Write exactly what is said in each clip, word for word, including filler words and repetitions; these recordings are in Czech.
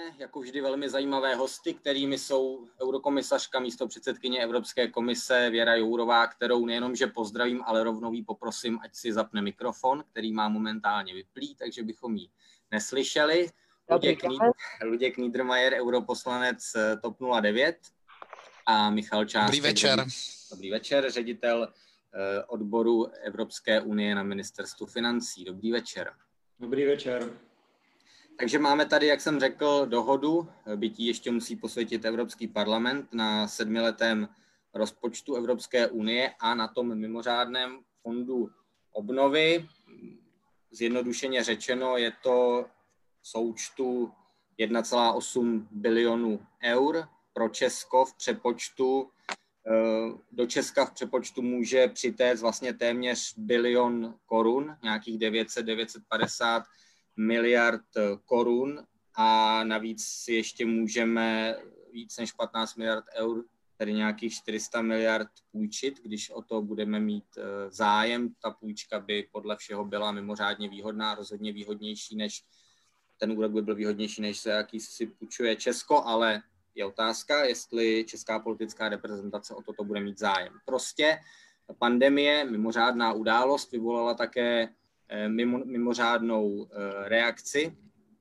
jako vždy velmi zajímavé hosty, kterými jsou eurokomisařka, místopředsedkyně Evropské komise Věra Jourová, kterou nejenom, že pozdravím, ale rovnou jí poprosím, ať si zapne mikrofon, který má momentálně vyplý, takže bychom ji neslyšeli. Luděk, Luděk Niedermayer, europoslanec TOP nula devět a Michal Částek. Dobrý večer. Dobrý večer, ředitel odboru Evropské unie na ministerstvu financí. Dobrý večer. Dobrý večer. Takže máme tady, jak jsem řekl, dohodu, byť ji ještě musí posvětit Evropský parlament na sedmiletém rozpočtu Evropské unie a na tom mimořádném fondu obnovy. Zjednodušeně řečeno je to v součtu jedna celá osm bilionu eur pro Česko v přepočtu. Do Česka v přepočtu může přitéct vlastně téměř bilion korun, nějakých devět set, devět set padesát miliard korun a navíc si ještě můžeme víc než patnáct miliard eur, tedy nějakých čtyři sta miliard půjčit, když o to budeme mít zájem. Ta půjčka by podle všeho byla mimořádně výhodná, rozhodně výhodnější než, ten úrok by byl výhodnější, než se jaký si půjčuje Česko, ale je otázka, jestli česká politická reprezentace o toto bude mít zájem. Prostě pandemie, mimořádná událost, vyvolala také mimo, mimořádnou reakci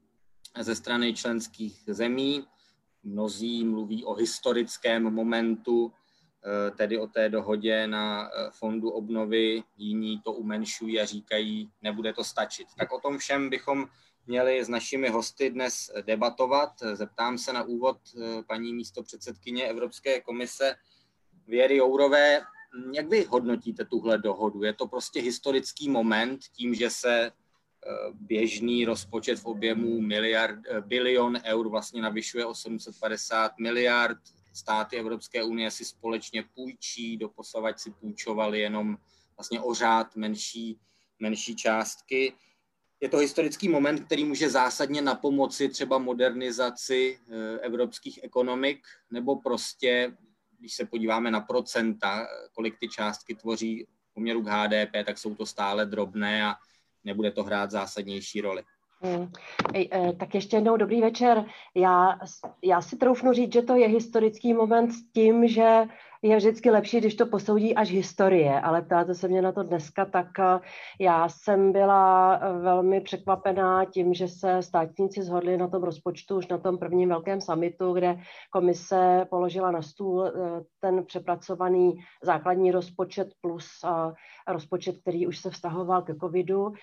ze strany členských zemí. Mnozí mluví o historickém momentu, tedy o té dohodě na fondu obnovy, jiní to umenšují a říkají, nebude to stačit. Tak o tom všem bychom měli s našimi hosty dnes debatovat. Zeptám se na úvod paní místopředsedkyně Evropské komise Věry Jourové. Jak vy hodnotíte tuhle dohodu? Je to prostě historický moment tím, že se běžný rozpočet v objemu miliard, bilion eur vlastně navyšuje o sedm set padesát miliard. Státy Evropské unie si společně půjčí, doposavad si půjčovali jenom vlastně o řád menší, menší částky. Je to historický moment, který může zásadně napomoci třeba modernizaci evropských ekonomik, nebo prostě, když se podíváme na procenta, kolik ty částky tvoří v poměru k H D P, tak jsou to stále drobné a nebude to hrát zásadnější roli. Hmm. Ej, tak ještě jednou dobrý večer. Já, já si troufnu říct, že to je historický moment s tím, že je vždycky lepší, když to posoudí až historie, ale ptáte se mě na to dneska, tak já jsem byla velmi překvapená tím, že se státníci shodli na tom rozpočtu už na tom prvním velkém summitu, kde komise položila na stůl ten přepracovaný základní rozpočet plus rozpočet, který už se vztahoval ke covidu.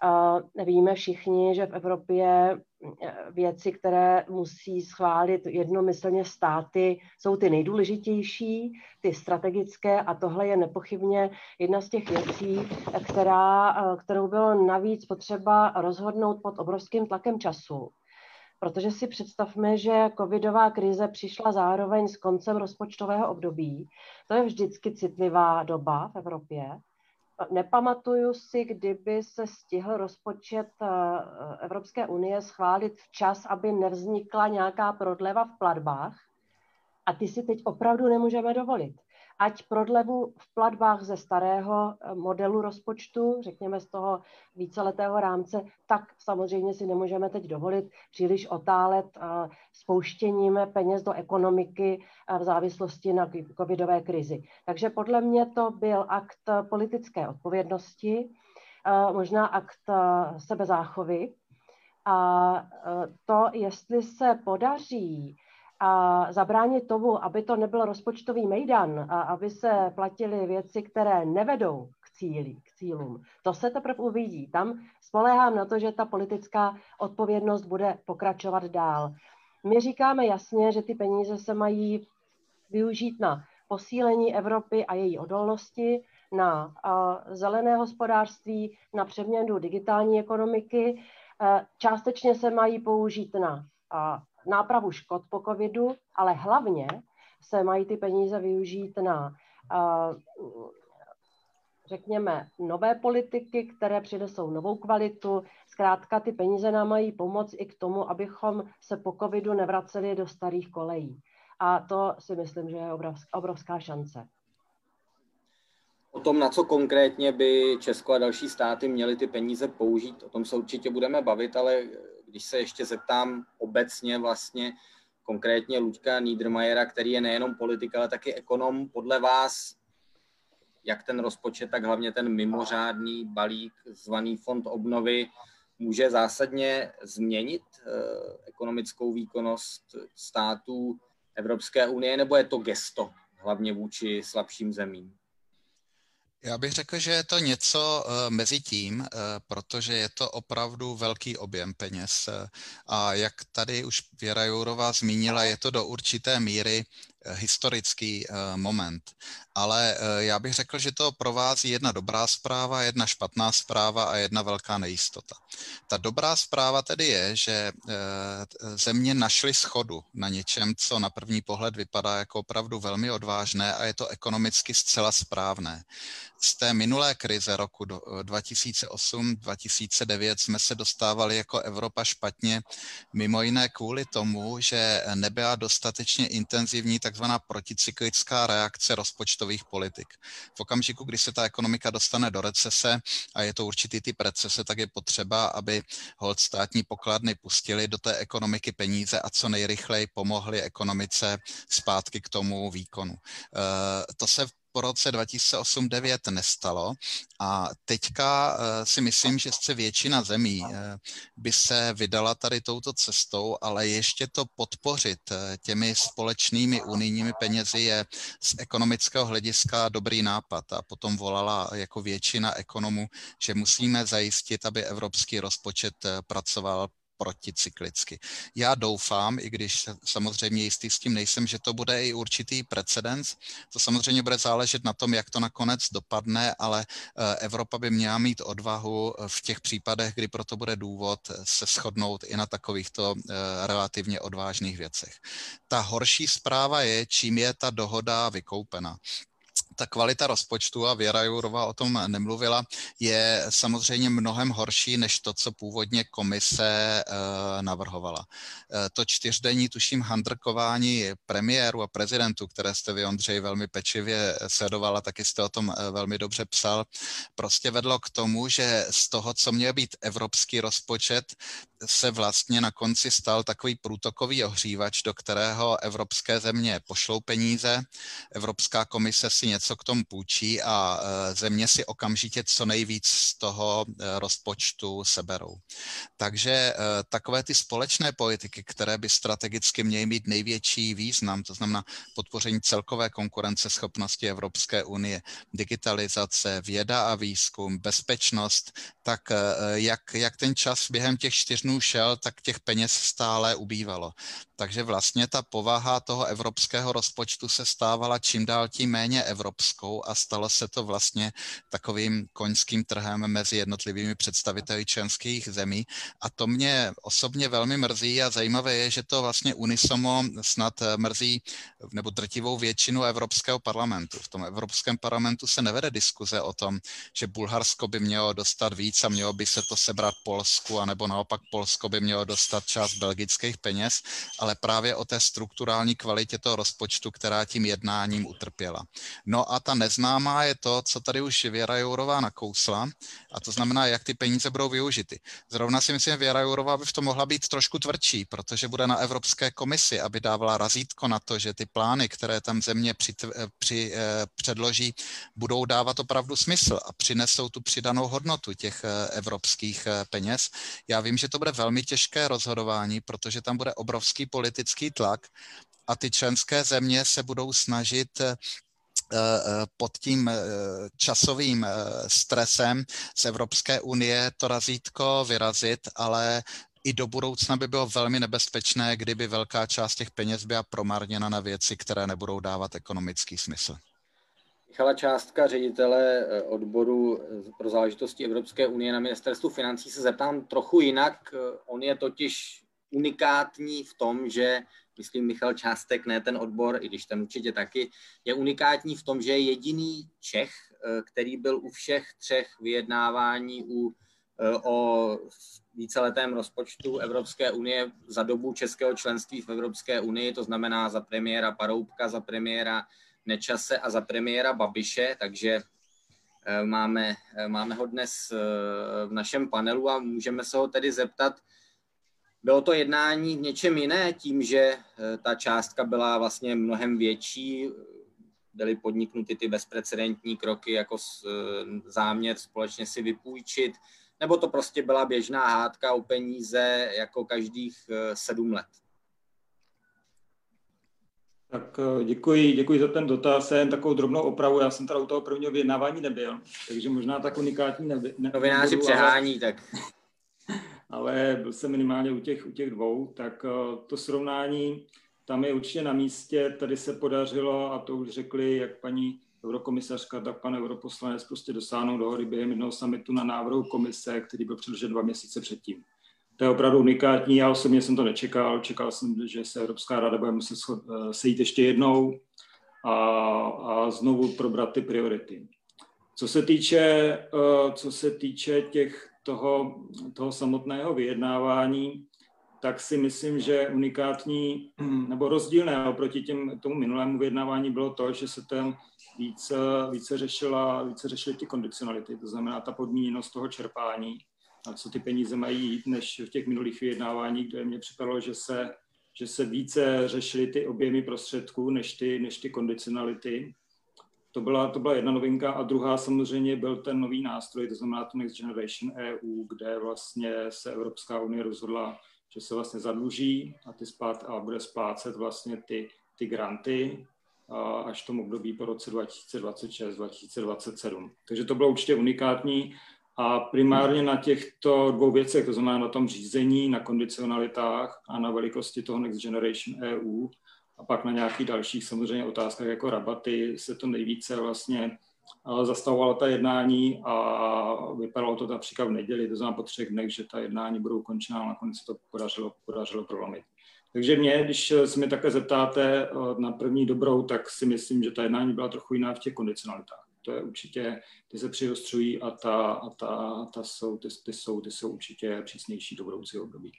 Víme všichni, že v Evropě věci, které musí schválit jednomyslně státy, jsou ty nejdůležitější, ty strategické a tohle je nepochybně jedna z těch věcí, která, kterou bylo navíc potřeba rozhodnout pod obrovským tlakem času. Protože si představme, že covidová krize přišla zároveň s koncem rozpočtového období. To je vždycky citlivá doba v Evropě. Nepamatuju si, kdyby se stihl rozpočet Evropské unie schválit včas, aby nevznikla nějaká prodleva v platbách. A ty si teď opravdu nemůžeme dovolit. Ať prodlevu v platbách ze starého modelu rozpočtu, řekněme z toho víceletého rámce, tak samozřejmě si nemůžeme teď dovolit příliš otálet spouštěním peněz do ekonomiky v závislosti na covidové krizi. Takže podle mě to byl akt politické odpovědnosti, možná akt sebezáchovy. A to, jestli se podaří a zabránit tomu, aby to nebyl rozpočtový mejdan a aby se platily věci, které nevedou k cíli, k cílům. To se teprve uvidí. Tam spoléhám na to, že ta politická odpovědnost bude pokračovat dál. My říkáme jasně, že ty peníze se mají využít na posílení Evropy a její odolnosti, na uh, zelené hospodářství, na přeměnu digitální ekonomiky. Uh, částečně se mají použít na uh, nápravu škod po covidu, ale hlavně se mají ty peníze využít na, řekněme, nové politiky, které přinesou novou kvalitu. Zkrátka ty peníze nám mají pomoct i k tomu, abychom se po covidu nevraceli do starých kolejí. A to si myslím, že je obrovská šance. O tom, na co konkrétně by Česko a další státy měly ty peníze použít, o tom se určitě budeme bavit, ale když se ještě zeptám obecně vlastně, konkrétně Luďka Niedermayera, který je nejenom politik, ale taky ekonom, podle vás, jak ten rozpočet, tak hlavně ten mimořádný balík zvaný Fond obnovy může zásadně změnit eh, ekonomickou výkonnost států Evropské unie, nebo je to gesto hlavně vůči slabším zemím? Já bych řekl, že je to něco uh, mezi tím, uh, protože je to opravdu velký objem peněz. Uh, a jak tady už Věra Jourová zmínila, je to do určité míry uh, historický uh, moment. Ale uh, já bych řekl, že to provází jedna dobrá zpráva, jedna špatná zpráva a jedna velká nejistota. Ta dobrá zpráva tedy je, že uh, země našly shodu na něčem, co na první pohled vypadá jako opravdu velmi odvážné a je to ekonomicky zcela správné. Z té minulé krize roku dva tisíce osm dva tisíce devět jsme se dostávali jako Evropa špatně, mimo jiné kvůli tomu, že nebyla dostatečně intenzivní takzvaná proticyklická reakce rozpočtových politik. V okamžiku, kdy se ta ekonomika dostane do recese, a je to určitý typ recese, tak je potřeba, aby holt státní pokladny pustili do té ekonomiky peníze a co nejrychleji pomohli ekonomice zpátky k tomu výkonu. To se po roce dva tisíce osm devět nestalo a teďka si myslím, že se většina zemí by se vydala tady touto cestou, ale ještě to podpořit těmi společnými unijními penězi je z ekonomického hlediska dobrý nápad a potom volala jako většina ekonomů, že musíme zajistit, aby evropský rozpočet pracoval proticyklicky. Já doufám, i když samozřejmě jistý s tím nejsem, že to bude i určitý precedens. To samozřejmě bude záležet na tom, jak to nakonec dopadne, ale Evropa by měla mít odvahu v těch případech, kdy proto bude důvod, se shodnout i na takovýchto relativně odvážných věcech. Ta horší zpráva je, čím je ta dohoda vykoupena. Ta kvalita rozpočtu, a Věra Jourová o tom nemluvila, je samozřejmě mnohem horší než to, co původně komise e, navrhovala. E, to čtyřdenní, tuším, handrkování premiéru a prezidentu, které jste vy, Ondřej, velmi pečlivě sledovala, taky jste o tom velmi dobře psal, prostě vedlo k tomu, že z toho, co měl být evropský rozpočet, se vlastně na konci stal takový průtokový ohřívač, do kterého evropské země pošlou peníze, Evropská komise si něco k tomu půjčí a země si okamžitě co nejvíc z toho rozpočtu seberou. Takže takové ty společné politiky, které by strategicky měly mít největší význam, to znamená podpoření celkové konkurenceschopnosti Evropské unie, digitalizace, věda a výzkum, bezpečnost, tak jak, jak ten čas během těch čtyř dnů šel, tak těch peněz stále ubývalo. Takže vlastně ta povaha toho evropského rozpočtu se stávala čím dál tím méně evropskou a stalo se to vlastně takovým koňským trhem mezi jednotlivými představiteli členských zemí. A to mě osobně velmi mrzí a zajímavé je, že to vlastně unisomo snad mrzí nebo drtivou většinu Evropského parlamentu. V tom Evropském parlamentu se nevede diskuze o tom, že Bulharsko by mělo dostat víc a mělo by se to sebrat Polsku, anebo naopak Polsko by mělo dostat část belgických peněz, ale právě o té strukturální kvalitě toho rozpočtu, která tím jednáním utrpěla. No a ta neznámá je to, co tady už Věra Jourová nakousla, a to znamená, jak ty peníze budou využity. Zrovna si myslím, Věra Jourová by v tom mohla být trošku tvrdší, protože bude na Evropské komisi, aby dávala razítko na to, že ty plány, které tam země při, při, předloží, budou dávat opravdu smysl a přinesou tu přidanou hodnotu těch evropských peněz. Já vím, že to bude velmi těžké rozhodování, protože tam bude obrovský politický tlak a ty členské země se budou snažit pod tím časovým stresem z Evropské unie to razítko vyrazit, ale i do budoucna by bylo velmi nebezpečné, kdyby velká část těch peněz byla promarněna na věci, které nebudou dávat ekonomický smysl. Michala Částka, ředitele odboru pro záležitosti Evropské unie na ministerstvu financí, se zeptám trochu jinak. On je totiž unikátní v tom, že, myslím Michal Částek, ne ten odbor, i když ten určitě taky, je unikátní v tom, že je jediný Čech, který byl u všech třech vyjednávání u, o víceletém rozpočtu Evropské unie za dobu českého členství v Evropské unii, to znamená za premiéra Paroubka, za premiéra Nečase a za premiéra Babiše, takže máme, máme ho dnes v našem panelu a můžeme se ho tedy zeptat, Bylo to jednání v něčem jiné tím, že ta částka byla vlastně mnohem větší, byly podniknuty ty bezprecedentní kroky jako záměr společně si vypůjčit, nebo to prostě byla běžná hádka o peníze jako každých sedm let? Tak děkuji, děkuji za ten dotaz. Jen takovou drobnou opravu. Já jsem teda u toho prvního vyjednávání nebyl, takže možná tak unikátní nebyl. Ne, Novináři přehání, ale, tak. Ale byl jsem minimálně u těch, u těch dvou, tak to srovnání tam je určitě na místě. Tady se podařilo, a to už řekli jak paní eurokomisařka, tak pan europoslanec, prostě dosáhnout dohody během jednoho summitu na návrhu komise, který byl předložen dva měsíce předtím. To je opravdu unikátní, já osobně jsem to nečekal, čekal jsem, že se Evropská rada bude muset sejít ještě jednou a, a znovu probrat ty priority. Co se týče, co se týče těch, toho, toho samotného vyjednávání, tak si myslím, že unikátní nebo rozdílné oproti těm, tomu minulému vyjednávání bylo to, že se tam více, více, řešila, více řešily ty kondicionality, to znamená ta podmíněnost toho čerpání, a co ty peníze mají jít, než v těch minulých vyjednáváních, kde mě připadalo, že se, že se více řešily ty objemy prostředků, než ty, než ty kondicionality. To byla, to byla jedna novinka a druhá samozřejmě byl ten nový nástroj, to znamená to Next Generation E U, kde vlastně se Evropská unie rozhodla, že se vlastně zadluží a, ty spát, a bude splácet vlastně ty, ty granty až v tom období po roce dva tisíce dvacet šest dva tisíce dvacet sedm. Takže to bylo určitě unikátní. A primárně na těchto dvou věcech, to znamená na tom řízení, na kondicionalitách a na velikosti toho Next Generation E U a pak na nějakých dalších samozřejmě otázkách jako rabaty se to nejvíce vlastně zastavovala ta jednání a vypadalo to například v neděli, to znamená po třech dnech, že ta jednání budou ukončena a nakonec se to podařilo, podařilo prolomit. Takže mě, když se mi také zeptáte na první dobrou, tak si myslím, že ta jednání byla trochu jiná v těch kondicionalitách. To je určitě, ty se přiostřují a, ta, a ta, ta jsou, ty, ty, jsou, ty jsou určitě přísnější do budoucího období.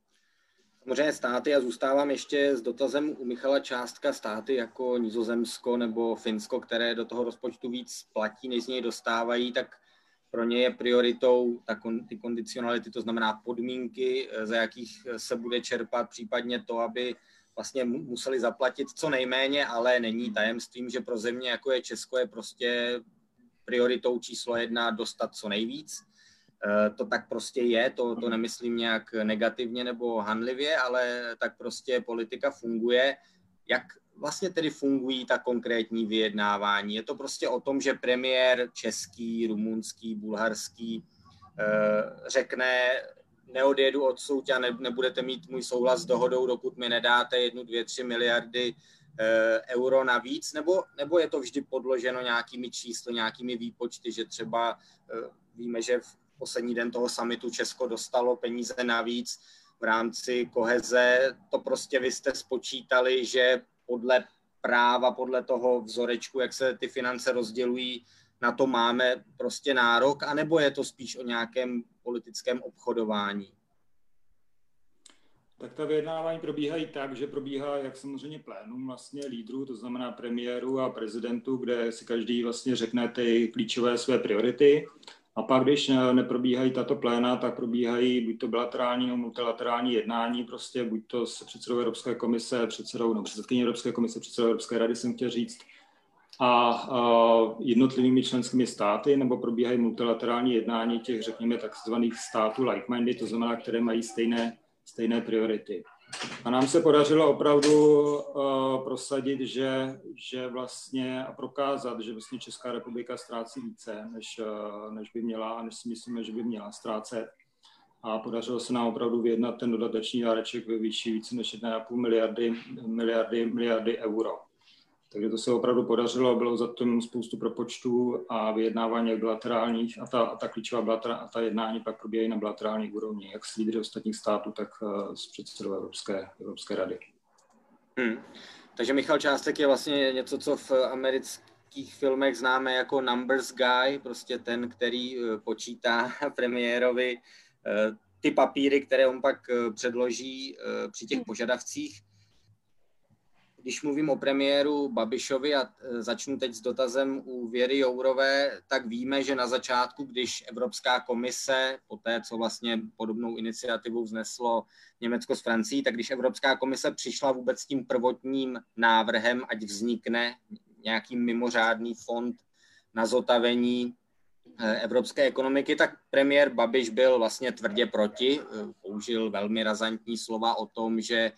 Samozřejmě státy, a zůstávám ještě s dotazem u Michala Částka, státy jako Nizozemsko nebo Finsko, které do toho rozpočtu víc platí, než z něj dostávají, tak pro ně je prioritou ta, ty kondicionality, to znamená podmínky, za jakých se bude čerpat, případně to, aby vlastně museli zaplatit co nejméně, ale není tajemstvím, že pro země, jako je Česko, je prostě prioritou číslo jedna dostat co nejvíc. To tak prostě je, to, to nemyslím nějak negativně nebo hanlivě, ale tak prostě politika funguje. Jak vlastně tedy fungují ta konkrétní vyjednávání? Je to prostě o tom, že premiér český, rumunský, bulharský řekne, neodjedu odsud a ne, nebudete mít můj souhlas s dohodou, dokud mi nedáte jednu, dvě, tři miliardy e, euro navíc, nebo, nebo je to vždy podloženo nějakými čísly, nějakými výpočty, že třeba e, víme, že v poslední den toho summitu Česko dostalo peníze navíc v rámci koheze, to prostě vy jste spočítali, že podle práva, podle toho vzorečku, jak se ty finance rozdělují, na to máme prostě nárok, anebo je to spíš o nějakém politickém obchodování? Tak ta vyjednávání probíhají tak, že probíhá jak samozřejmě plénum vlastně lídrů, to znamená premiéru a prezidentu, kde si každý vlastně řekne ty klíčové své priority. A pak, když neprobíhají tato pléna, tak probíhají buď to bilaterální nebo multilaterální jednání, prostě buď to s předsedou Evropské komise, předsedou, no, předsedkyní Evropské komise, předsedou Evropské rady jsem chtěl říct, a, a jednotlivými členskými státy, nebo probíhají multilaterální jednání těch, řekněme, takzvaných států like-minded, to znamená, které mají stejné, stejné priority. A nám se podařilo opravdu uh, prosadit, že, že vlastně a prokázat, že vlastně Česká republika ztrácí více, než, uh, než by měla a než si myslíme, že by měla ztrácet. A podařilo se nám opravdu vyjednat ten dodatečný dáreček ve výši více než jedna celá pět miliardy, miliardy, miliardy euro. Takže to se opravdu podařilo, bylo za tím spoustu propočtů a vyjednávání bilaterálních a ta, a ta klíčová bilaterální, a ta jednání pak probíhají na bilaterálních úrovni, jak s lídry ostatních států, tak s předsedou Evropské, Evropské rady. Hmm. Takže Michal Částek je vlastně něco, co v amerických filmech známe jako numbers guy, prostě ten, který počítá premiérovi ty papíry, které on pak předloží při těch požadavcích. když mluvím o premiéru Babišovi a začnu teď s dotazem u Věry Jourové, tak víme, že na začátku, když Evropská komise, po té, co vlastně podobnou iniciativu vzneslo Německo s Francií, tak když Evropská komise přišla vůbec s tím prvotním návrhem, ať vznikne nějaký mimořádný fond na zotavení evropské ekonomiky, tak premiér Babiš byl vlastně tvrdě proti, použil velmi razantní slova o tom, že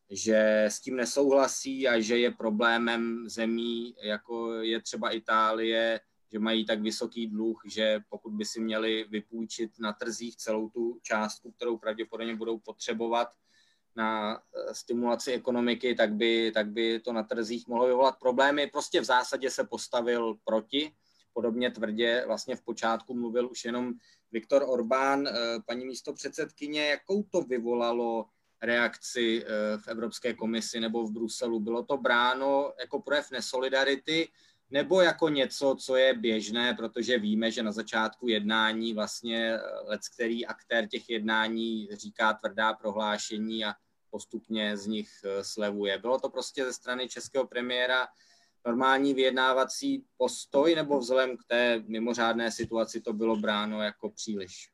že s tím nesouhlasí a že je problémem zemí, jako je třeba Itálie, že mají tak vysoký dluh, že pokud by si měli vypůjčit na trzích celou tu částku, kterou pravděpodobně budou potřebovat na stimulaci ekonomiky, tak by, tak by to na trzích mohlo vyvolat problémy. Prostě v zásadě se postavil proti. Podobně tvrdě vlastně v počátku mluvil už jenom Viktor Orbán. Paní místopředsedkyně, jakou to vyvolalo reakci v Evropské komisi nebo v Bruselu? Bylo to bráno jako projev nesolidarity nebo jako něco, co je běžné, protože víme, že na začátku jednání vlastně leckterý aktér těch jednání říká tvrdá prohlášení a postupně z nich slevuje. Bylo to prostě ze strany českého premiéra normální vyjednávací postoj nebo vzhledem k té mimořádné situaci to bylo bráno jako příliš?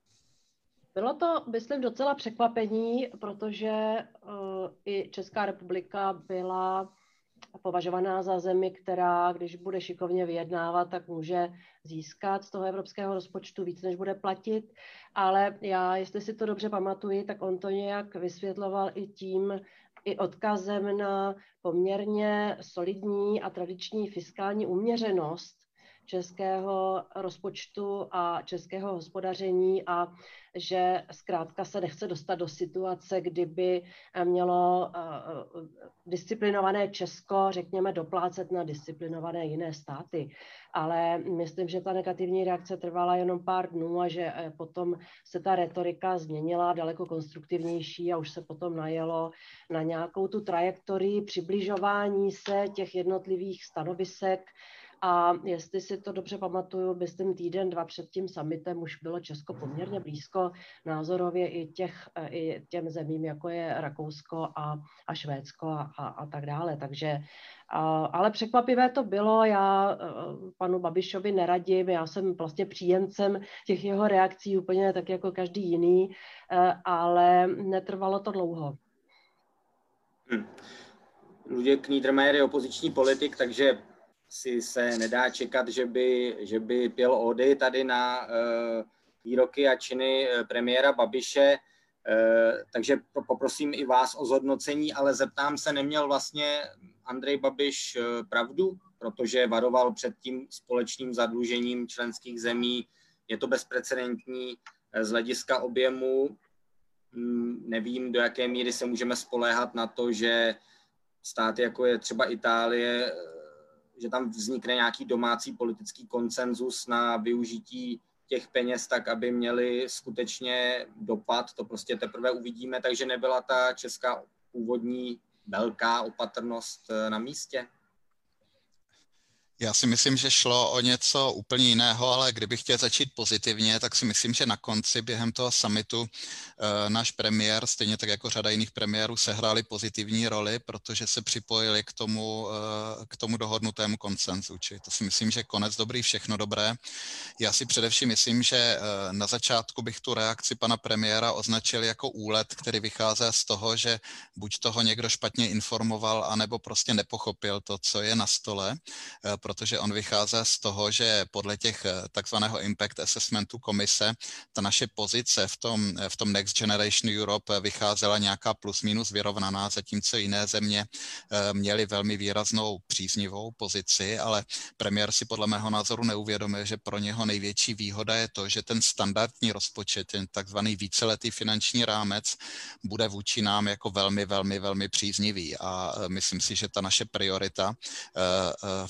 Bylo to, myslím, docela překvapení, protože uh, i Česká republika byla považovaná za zemi, která, když bude šikovně vyjednávat, tak může získat z toho evropského rozpočtu víc, než bude platit. Ale já, jestli si to dobře pamatuji, tak on to nějak vysvětloval i tím, i odkazem na poměrně solidní a tradiční fiskální uměřenost českého rozpočtu a českého hospodaření a že zkrátka se nechce dostat do situace, kdyby mělo disciplinované Česko, řekněme, doplácet na disciplinované jiné státy. Ale myslím, že ta negativní reakce trvala jenom pár dnů a že potom se ta retorika změnila daleko konstruktivnější a už se potom najelo na nějakou tu trajektorii přibližování se těch jednotlivých stanovisek. A jestli si to dobře pamatuju, myslím týden, dva před tím summitem už bylo Česko poměrně blízko názorově i, těch, i těm zemím, jako je Rakousko a, a Švédsko a, a, a tak dále. Takže, a, ale překvapivé to bylo, já panu Babišovi neradím, já jsem vlastně příjemcem těch jeho reakcí úplně tak jako každý jiný, ale netrvalo to dlouho. Hmm. Luděk Niedermayer je opoziční politik, takže si se nedá čekat, že by, že by pěl ódy tady na uh, výroky a činy premiéra Babiše, uh, takže poprosím i vás o zhodnocení, ale zeptám se, neměl vlastně Andrej Babiš uh, pravdu, protože varoval před tím společným zadlužením členských zemí, je to bezprecedentní uh, z hlediska objemu, um, nevím, do jaké míry se můžeme spoléhat na to, že státy, jako je třeba Itálie, že tam vznikne nějaký domácí politický konsenzus na využití těch peněz tak, aby měli skutečně dopad. To prostě teprve uvidíme, takže nebyla ta česká původní velká opatrnost na místě. Já si myslím, že šlo o něco úplně jiného, ale kdybych chtěl začít pozitivně, tak si myslím, že na konci během toho summitu e, náš premiér, stejně tak jako řada jiných premiérů, sehráli pozitivní roli, protože se připojili k tomu, e, k tomu dohodnutému konsenzu. Čili to si myslím, že konec dobrý, všechno dobré. Já si především myslím, že e, na začátku bych tu reakci pana premiéra označil jako úlet, který vychází z toho, že buď toho někdo špatně informoval, anebo prostě nepochopil to, co je na stole, e, protože on vychází z toho, že podle těch takzvaného impact assessmentu komise ta naše pozice v tom, v tom Next Generation Europe vycházela nějaká plus minus vyrovnaná, zatímco jiné země měly velmi výraznou příznivou pozici, ale premiér si podle mého názoru neuvědomuje, že pro něho největší výhoda je to, že ten standardní rozpočet, ten takzvaný víceletý finanční rámec, bude vůči nám jako velmi, velmi, velmi příznivý a myslím si, že ta naše priorita v tomhle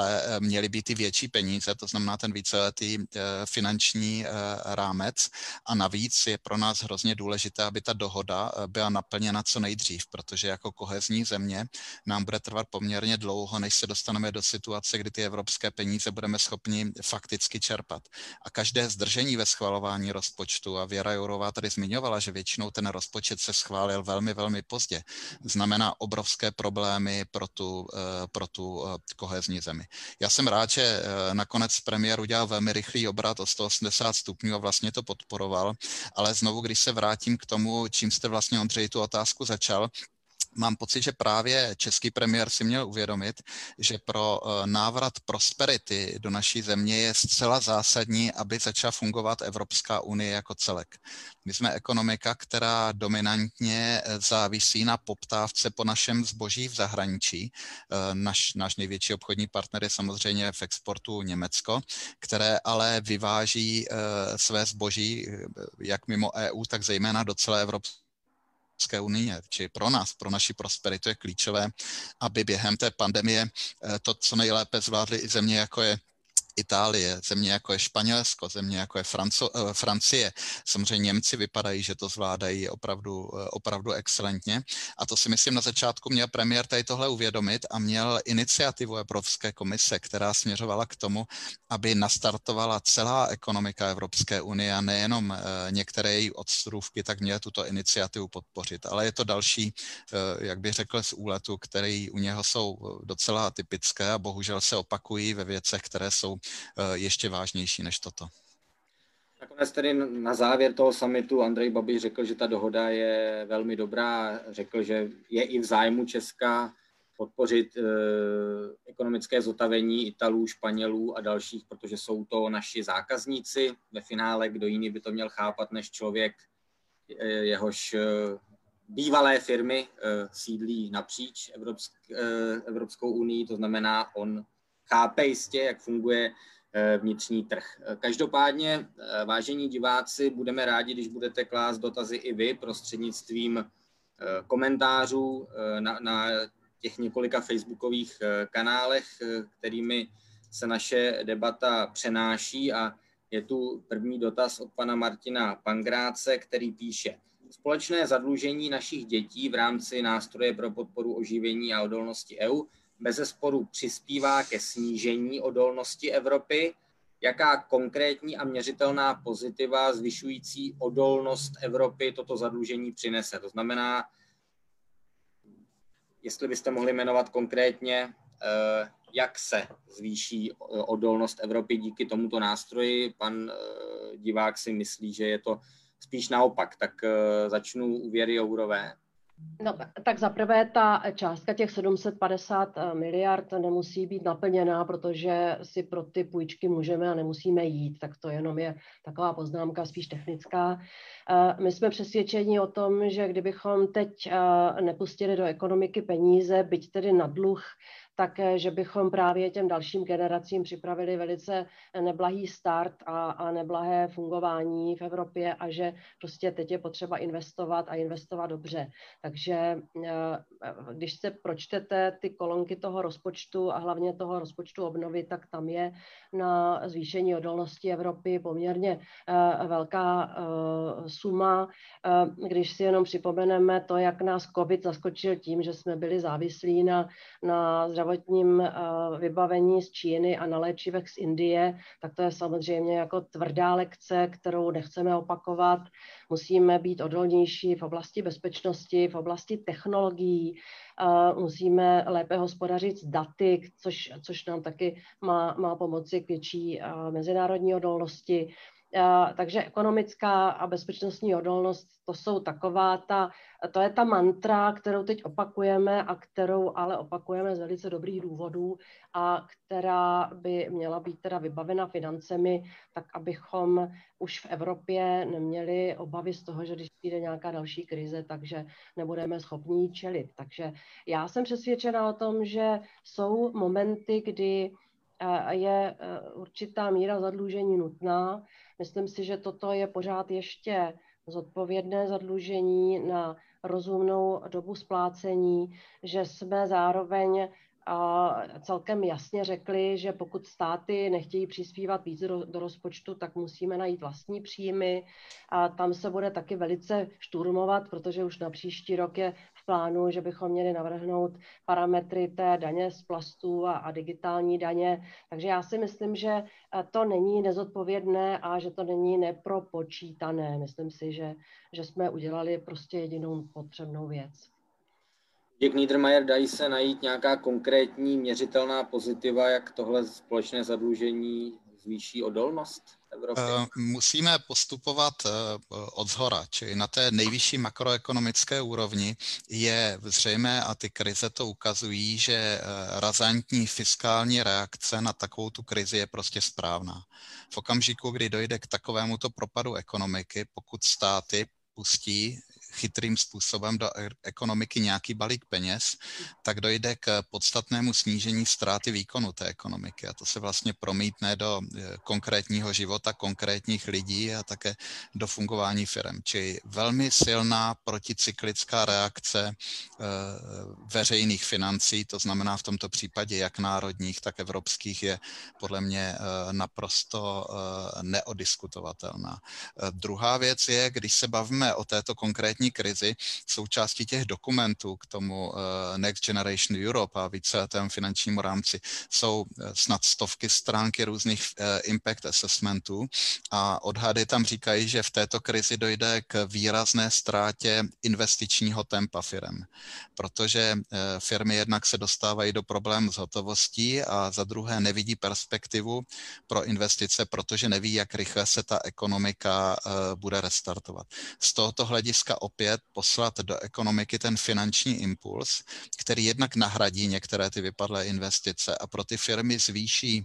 ale měly být i větší peníze, to znamená ten víceletý finanční rámec. A navíc je pro nás hrozně důležité, aby ta dohoda byla naplněna co nejdřív, protože jako kohezní země nám bude trvat poměrně dlouho, než se dostaneme do situace, kdy ty evropské peníze budeme schopni fakticky čerpat. A každé zdržení ve schvalování rozpočtu, a Věra Jourová tady zmiňovala, že většinou ten rozpočet se schválil velmi, velmi pozdě, znamená obrovské problémy pro tu, pro tu kohezní zemi. Já jsem rád, že nakonec premiér udělal velmi rychlý obrat o sto osmdesát stupňů a vlastně to podporoval, ale znovu, když se vrátím k tomu, čím jste vlastně, Ondřej, tu otázku začal, mám pocit, že právě český premiér si měl uvědomit, že pro návrat prosperity do naší země je zcela zásadní, aby začala fungovat Evropská unie jako celek. My jsme ekonomika, která dominantně závisí na poptávce po našem zboží v zahraničí. Naš, náš největší obchodní partner je samozřejmě v exportu Německo, které ale vyváží své zboží jak mimo E U, tak zejména do celé Evropské Evropské unie, či pro nás, pro naši prosperitu je klíčové, aby během té pandemie to co nejlépe zvládly i země, jako je Itálie, země jako je Španělsko, země jako je Franco, Francie. Samozřejmě Němci vypadají, že to zvládají opravdu, opravdu excelentně. A to si myslím, na začátku měl premiér tady tohle uvědomit a měl iniciativu Evropské komise, která směřovala k tomu, aby nastartovala celá ekonomika Evropské unie a nejenom některé její odstrůvky, tak měl tuto iniciativu podpořit. Ale je to další, jak bych řekl, z úletu, které u něho jsou docela atypické a bohužel se opakují ve věcech, které jsou ještě vážnější než toto. Nakonec tedy na závěr toho summitu Andrej Babiš řekl, že ta dohoda je velmi dobrá, řekl, že je i v zájmu Česka podpořit eh, ekonomické zotavení Italů, Španělů a dalších, protože jsou to naši zákazníci. Ve finále kdo jiný by to měl chápat než člověk, eh, jehož eh, bývalé firmy eh, sídlí napříč Evropsk, eh, Evropskou unii, to znamená, on chápe jistě, jak funguje vnitřní trh. Každopádně, vážení diváci, budeme rádi, když budete klást dotazy i vy prostřednictvím komentářů na, na těch několika facebookových kanálech, kterými se naše debata přenáší. A je tu první dotaz od pana Martina Pangráce, který píše: Společné zadlužení našich dětí v rámci nástroje pro podporu oživení a odolnosti E U bezesporu přispívá ke snížení odolnosti Evropy. Jaká konkrétní a měřitelná pozitiva zvyšující odolnost Evropy toto zadlužení přinese? To znamená, jestli byste mohli jmenovat konkrétně, jak se zvýší odolnost Evropy díky tomuto nástroji. Pan divák si myslí, že je to spíš naopak. Tak začnu u Věry Jourové. No, tak zaprvé ta částka těch sedm set padesát miliard nemusí být naplněná, protože si pro ty půjčky můžeme a nemusíme jít, tak to jenom je taková poznámka spíš technická. My jsme přesvědčeni o tom, že kdybychom teď nepustili do ekonomiky peníze, byť tedy na dluh, tak že bychom právě těm dalším generacím připravili velice neblahý start a, a neblahé fungování v Evropě a že prostě teď je potřeba investovat a investovat dobře. Takže když se pročtete ty kolonky toho rozpočtu a hlavně toho rozpočtu obnovy, tak tam je na zvýšení odolnosti Evropy poměrně velká suma. Když si jenom připomeneme to, jak nás COVID zaskočil tím, že jsme byli závislí na, na zdravotním vybavení z Číny a na léčivech z Indie, tak to je samozřejmě jako tvrdá lekce, kterou nechceme opakovat. Musíme být odolnější v oblasti bezpečnosti, v oblasti technologií, musíme lépe hospodařit s daty, což, což nám taky má, má pomoci k větší mezinárodní odolnosti. Takže ekonomická a bezpečnostní odolnost, to jsou taková ta, to je ta mantra, kterou teď opakujeme a kterou ale opakujeme z velice dobrých důvodů a která by měla být teda vybavena financemi, tak abychom už v Evropě neměli obavy z toho, že když přijde nějaká další krize, takže nebudeme schopni jí čelit. Takže já jsem přesvědčena o tom, že jsou momenty, kdy je určitá míra zadlužení nutná. Myslím si, že toto je pořád ještě zodpovědné zadlužení na rozumnou dobu splácení, že jsme zároveň celkem jasně řekli, že pokud státy nechtějí přispívat víc do, do rozpočtu, tak musíme najít vlastní příjmy a tam se bude taky velice šturmovat, protože už na příští rok je v plánu, že bychom měli navrhnout parametry té daně z plastů a, a digitální daně. Takže já si myslím, že to není nezodpovědné a že to není nepropočítané. Myslím si, že, že jsme udělali prostě jedinou potřebnou věc. Děk Niedermayer, dají se najít nějaká konkrétní měřitelná pozitiva, jak tohle společné zadlužení zvýší odolnost Evropy? Musíme postupovat od shora, čili na té nejvyšší makroekonomické úrovni je zřejmé, a ty krize to ukazují, že razantní fiskální reakce na takovou tu krizi je prostě správná. V okamžiku, kdy dojde k takovémuto propadu ekonomiky, pokud státy pustí chytrým způsobem do ekonomiky nějaký balík peněz, tak dojde k podstatnému snížení ztráty výkonu té ekonomiky. A to se vlastně promítne do konkrétního života konkrétních lidí a také do fungování firem. Čili velmi silná proticyklická reakce veřejných financí, to znamená v tomto případě jak národních, tak evropských, je podle mě naprosto neodiskutovatelná. Druhá věc je, když se bavíme o této konkrétní krizi, součástí těch dokumentů k tomu Next Generation Europe a víceletém finančnímu rámci jsou snad stovky stránky různých impact assessmentů a odhady tam říkají, že v této krizi dojde k výrazné ztrátě investičního tempa firem, protože firmy jednak se dostávají do problémů s hotovostí a za druhé nevidí perspektivu pro investice, protože neví, jak rychle se ta ekonomika bude restartovat. Z tohoto hlediska opět poslat do ekonomiky ten finanční impuls, který jednak nahradí některé ty vypadlé investice a pro ty firmy zvýší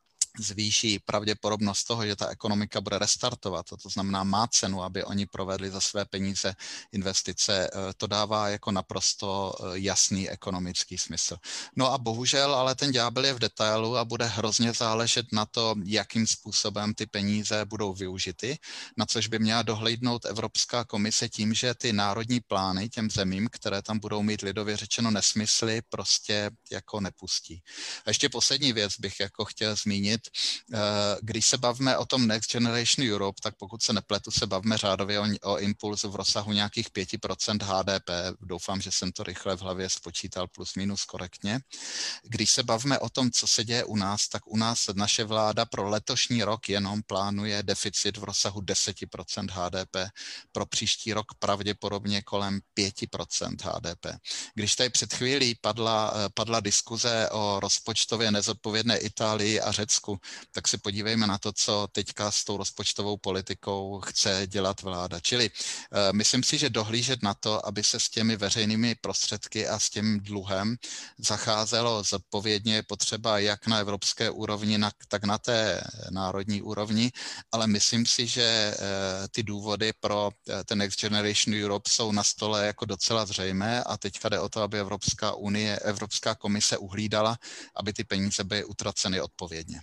zvýší pravděpodobnost toho, že ta ekonomika bude restartovat. To znamená, má cenu, aby oni provedli za své peníze investice. To dává jako naprosto jasný ekonomický smysl. No a bohužel, ale ten ďábel je v detailu a bude hrozně záležet na to, jakým způsobem ty peníze budou využity, na což by měla dohlídnout Evropská komise tím, že ty národní plány těm zemím, které tam budou mít lidově řečeno nesmysly, prostě jako nepustí. A ještě poslední věc bych jako chtěl zmínit. Když se bavíme o tom Next Generation Europe, tak pokud se nepletu, se bavíme řádově o, o impulzu v rozsahu nějakých pět procent H D P. Doufám, že jsem to rychle v hlavě spočítal plus minus korektně. Když se bavíme o tom, co se děje u nás, tak u nás naše vláda pro letošní rok jenom plánuje deficit v rozsahu deset procent H D P. Pro příští rok pravděpodobně kolem pět procent H D P. Když tady před chvílí padla, padla diskuze o rozpočtově nezodpovědné Itálii a Řecku, tak se podívejme na to, co teďka s tou rozpočtovou politikou chce dělat vláda. Čili uh, myslím si, že dohlížet na to, aby se s těmi veřejnými prostředky a s tím dluhem zacházelo zodpovědně, je potřeba jak na evropské úrovni, na, tak na té národní úrovni, ale myslím si, že uh, ty důvody pro uh, ten Next Generation Europe jsou na stole jako docela zřejmé a teďka jde o to, aby Evropská unie, Evropská komise uhlídala, aby ty peníze byly utraceny odpovědně.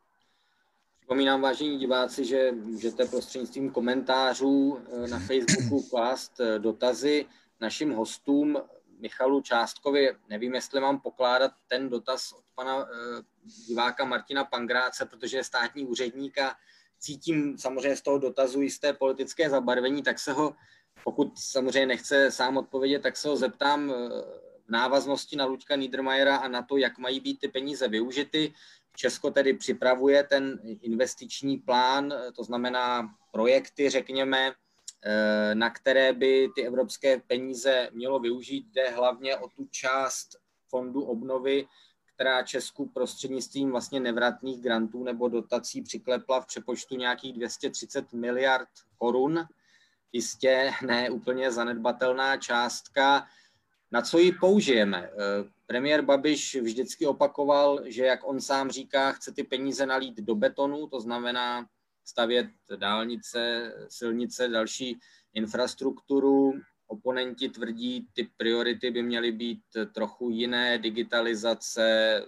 Připomínám, vážení diváci, že můžete prostřednictvím komentářů na Facebooku klást dotazy našim hostům. Michalu Částkovi, nevím, jestli mám pokládat ten dotaz od pana diváka Martina Pangráce, protože je státní úředník a cítím samozřejmě z toho dotazu jisté politické zabarvení, tak se ho, pokud samozřejmě nechce sám odpovědět, tak se ho zeptám v návaznosti na Luďka Niedermayera a na to, jak mají být ty peníze využity. Česko tedy připravuje ten investiční plán, to znamená projekty, řekněme, na které by ty evropské peníze mělo využít. Jde hlavně o tu část fondu obnovy, která Česku prostřednictvím vlastně nevratných grantů nebo dotací přiklepla v přepočtu nějakých dvě stě třicet miliard korun. Jistě ne úplně zanedbatelná částka. Na co ji použijeme? Premiér Babiš vždycky opakoval, že jak on sám říká, chce ty peníze nalít do betonu, to znamená stavět dálnice, silnice, další infrastrukturu. Oponenti tvrdí, ty priority by měly být trochu jiné, digitalizace,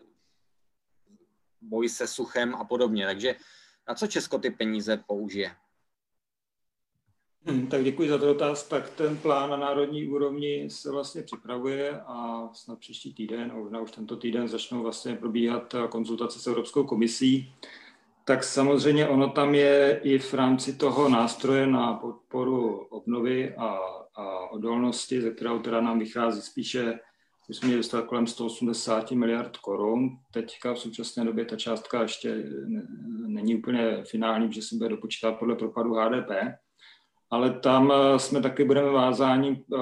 boj se suchem a podobně. Takže na co Česko ty peníze použije? Tak děkuji za dotaz. Tak ten plán na národní úrovni se vlastně připravuje a snad příští týden, a možná už tento týden začnou vlastně probíhat konzultace s Evropskou komisí. Tak samozřejmě ono tam je i v rámci toho nástroje na podporu obnovy a, a odolnosti, ze kterého teda nám vychází spíše, my jsme měli dostat kolem sto osmdesát miliard korun. Teďka v současné době ta částka ještě není úplně finální, protože se bude dopočítat podle propadu H D P. Ale tam jsme taky budeme vázáni uh,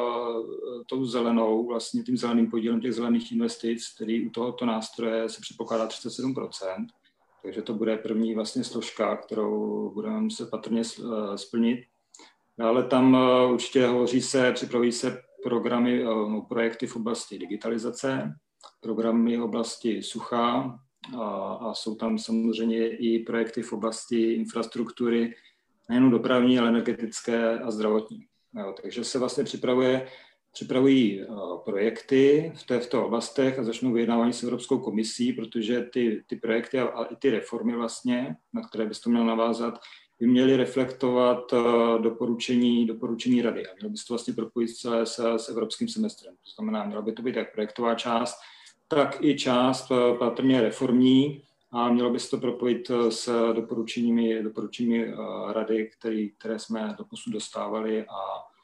tou zelenou, vlastně tím zeleným podílem těch zelených investic, který u tohoto nástroje se předpokládá třicet sedm procent. Takže to bude první vlastně složka, kterou budeme muset patrně splnit. Dále tam určitě hovoří se, připravují se programy, no, projekty v oblasti digitalizace, programy v oblasti sucha a, a jsou tam samozřejmě i projekty v oblasti infrastruktury, nejen dopravní, ale energetické a zdravotní. Jo, takže se vlastně připravuje Připravují uh, projekty v těchto oblastech a začnou vyjednávání s Evropskou komisí, protože ty, ty projekty a, a i ty reformy vlastně, na které bys to měl navázat, by měly reflektovat uh, doporučení, doporučení rady. A mělo by se to vlastně propojit celé s, s evropským semestrem. To znamená, měla by to být jak projektová část, tak i část uh, patrně reformní a mělo by se to propojit s doporučeními, doporučeními uh, rady, který, které jsme doposud dostávali a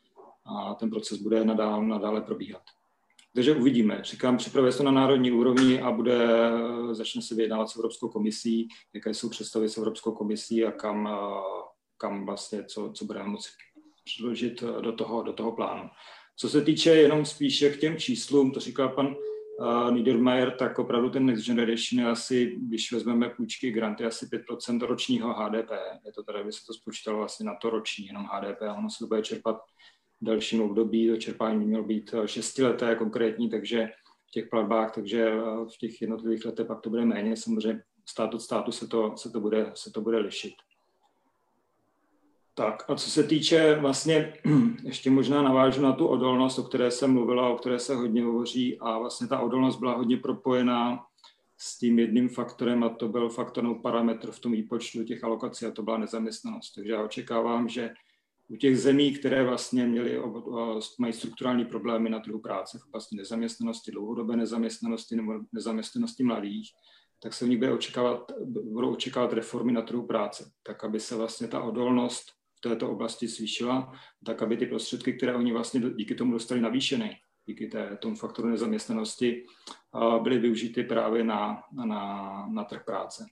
a ten proces bude nadále, nadále probíhat. Takže uvidíme. Říkám, připravuje se to na národní úrovni a bude, začne se vyjednávat s Evropskou komisí, jaké jsou představy s Evropskou komisí a kam, kam vlastně, co, co budeme moci předložit do toho, do toho plánu. Co se týče jenom spíše k těm číslům, to říkal pan uh, Niedermayer, tak opravdu ten Next Generation je asi, když vezmeme půjčky, granty, asi pět procent ročního H D P. Je to tady, aby se to spočítalo vlastně na to roční, jenom H D P, a ono se to bude čerpat v dalším období. To čerpání by mělo být šestileté konkrétní, takže v těch platbách, takže v těch jednotlivých letech pak to bude méně. Samozřejmě stát od státu se to, se to, bude, se to bude lišit. Tak a co se týče vlastně, ještě možná navážu na tu odolnost, o které jsem mluvila, o které se hodně hovoří, a vlastně ta odolnost byla hodně propojená s tím jedním faktorem, a to byl faktor nebo parametr v tom výpočtu těch alokací, a to byla nezaměstnanost. Takže já očekávám, že u těch zemí, které vlastně měly, mají strukturální problémy na trhu práce v oblasti nezaměstnanosti, dlouhodobé nezaměstnanosti nebo nezaměstnanosti mladých, tak se v nich bude očekávat, budou očekávat reformy na trhu práce, tak aby se vlastně ta odolnost v této oblasti zvýšila, tak aby ty prostředky, které oni vlastně díky tomu dostali navýšeny, díky té, tomu faktoru nezaměstnanosti, byly využity právě na, na, na trh práce.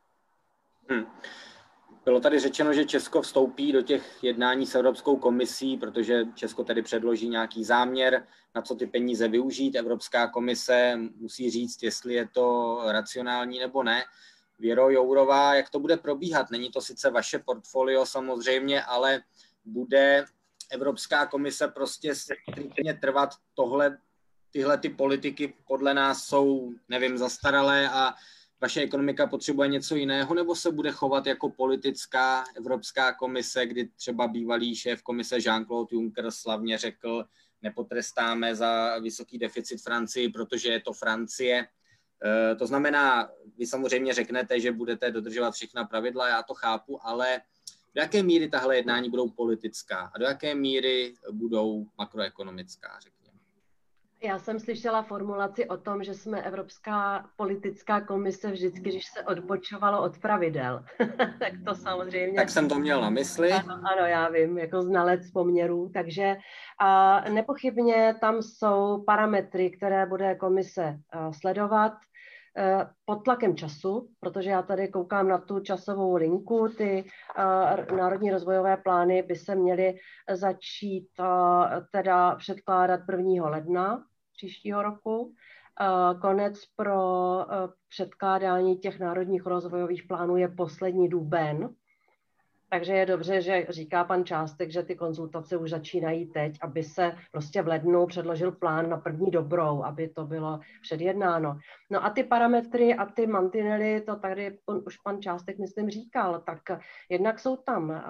Hmm. Bylo tady řečeno, že Česko vstoupí do těch jednání s Evropskou komisí, protože Česko tady předloží nějaký záměr, na co ty peníze využít. Evropská komise musí říct, jestli je to racionální nebo ne. Věro Jourová, jak to bude probíhat? Není to sice vaše portfolio samozřejmě, ale bude Evropská komise prostě striktně trvat tohle, tyhle ty politiky podle nás jsou, nevím, zastaralé a vaše ekonomika potřebuje něco jiného, nebo se bude chovat jako politická Evropská komise, kdy třeba bývalý šéf komise Jean-Claude Juncker slavně řekl, nepotrestáme za vysoký deficit Francii, protože je to Francie. E, to znamená, vy samozřejmě řeknete, že budete dodržovat všechna pravidla, já to chápu, ale do jaké míry tahle jednání budou politická a do jaké míry budou makroekonomická, řekněme? Já jsem slyšela formulaci o tom, že jsme Evropská politická komise vždycky, když se odbočovalo od pravidel. Tak to samozřejmě... Tak jsem to měl na mysli. Ano, ano, já vím, jako znalec poměrů. Takže a nepochybně tam jsou parametry, které bude komise sledovat pod tlakem času, protože já tady koukám na tu časovou linku, ty uh, národní rozvojové plány by se měly začít uh, teda předkládat prvního ledna příštího roku. Uh, konec pro uh, předkládání těch národních rozvojových plánů je poslední duben. Takže je dobře, že říká pan Částek, že ty konzultace už začínají teď, aby se prostě v lednu předložil plán na první dobrou, aby to bylo předjednáno. No a ty parametry a ty mantinely, to tady už pan Částek, myslím, říkal, tak jednak jsou tam uh,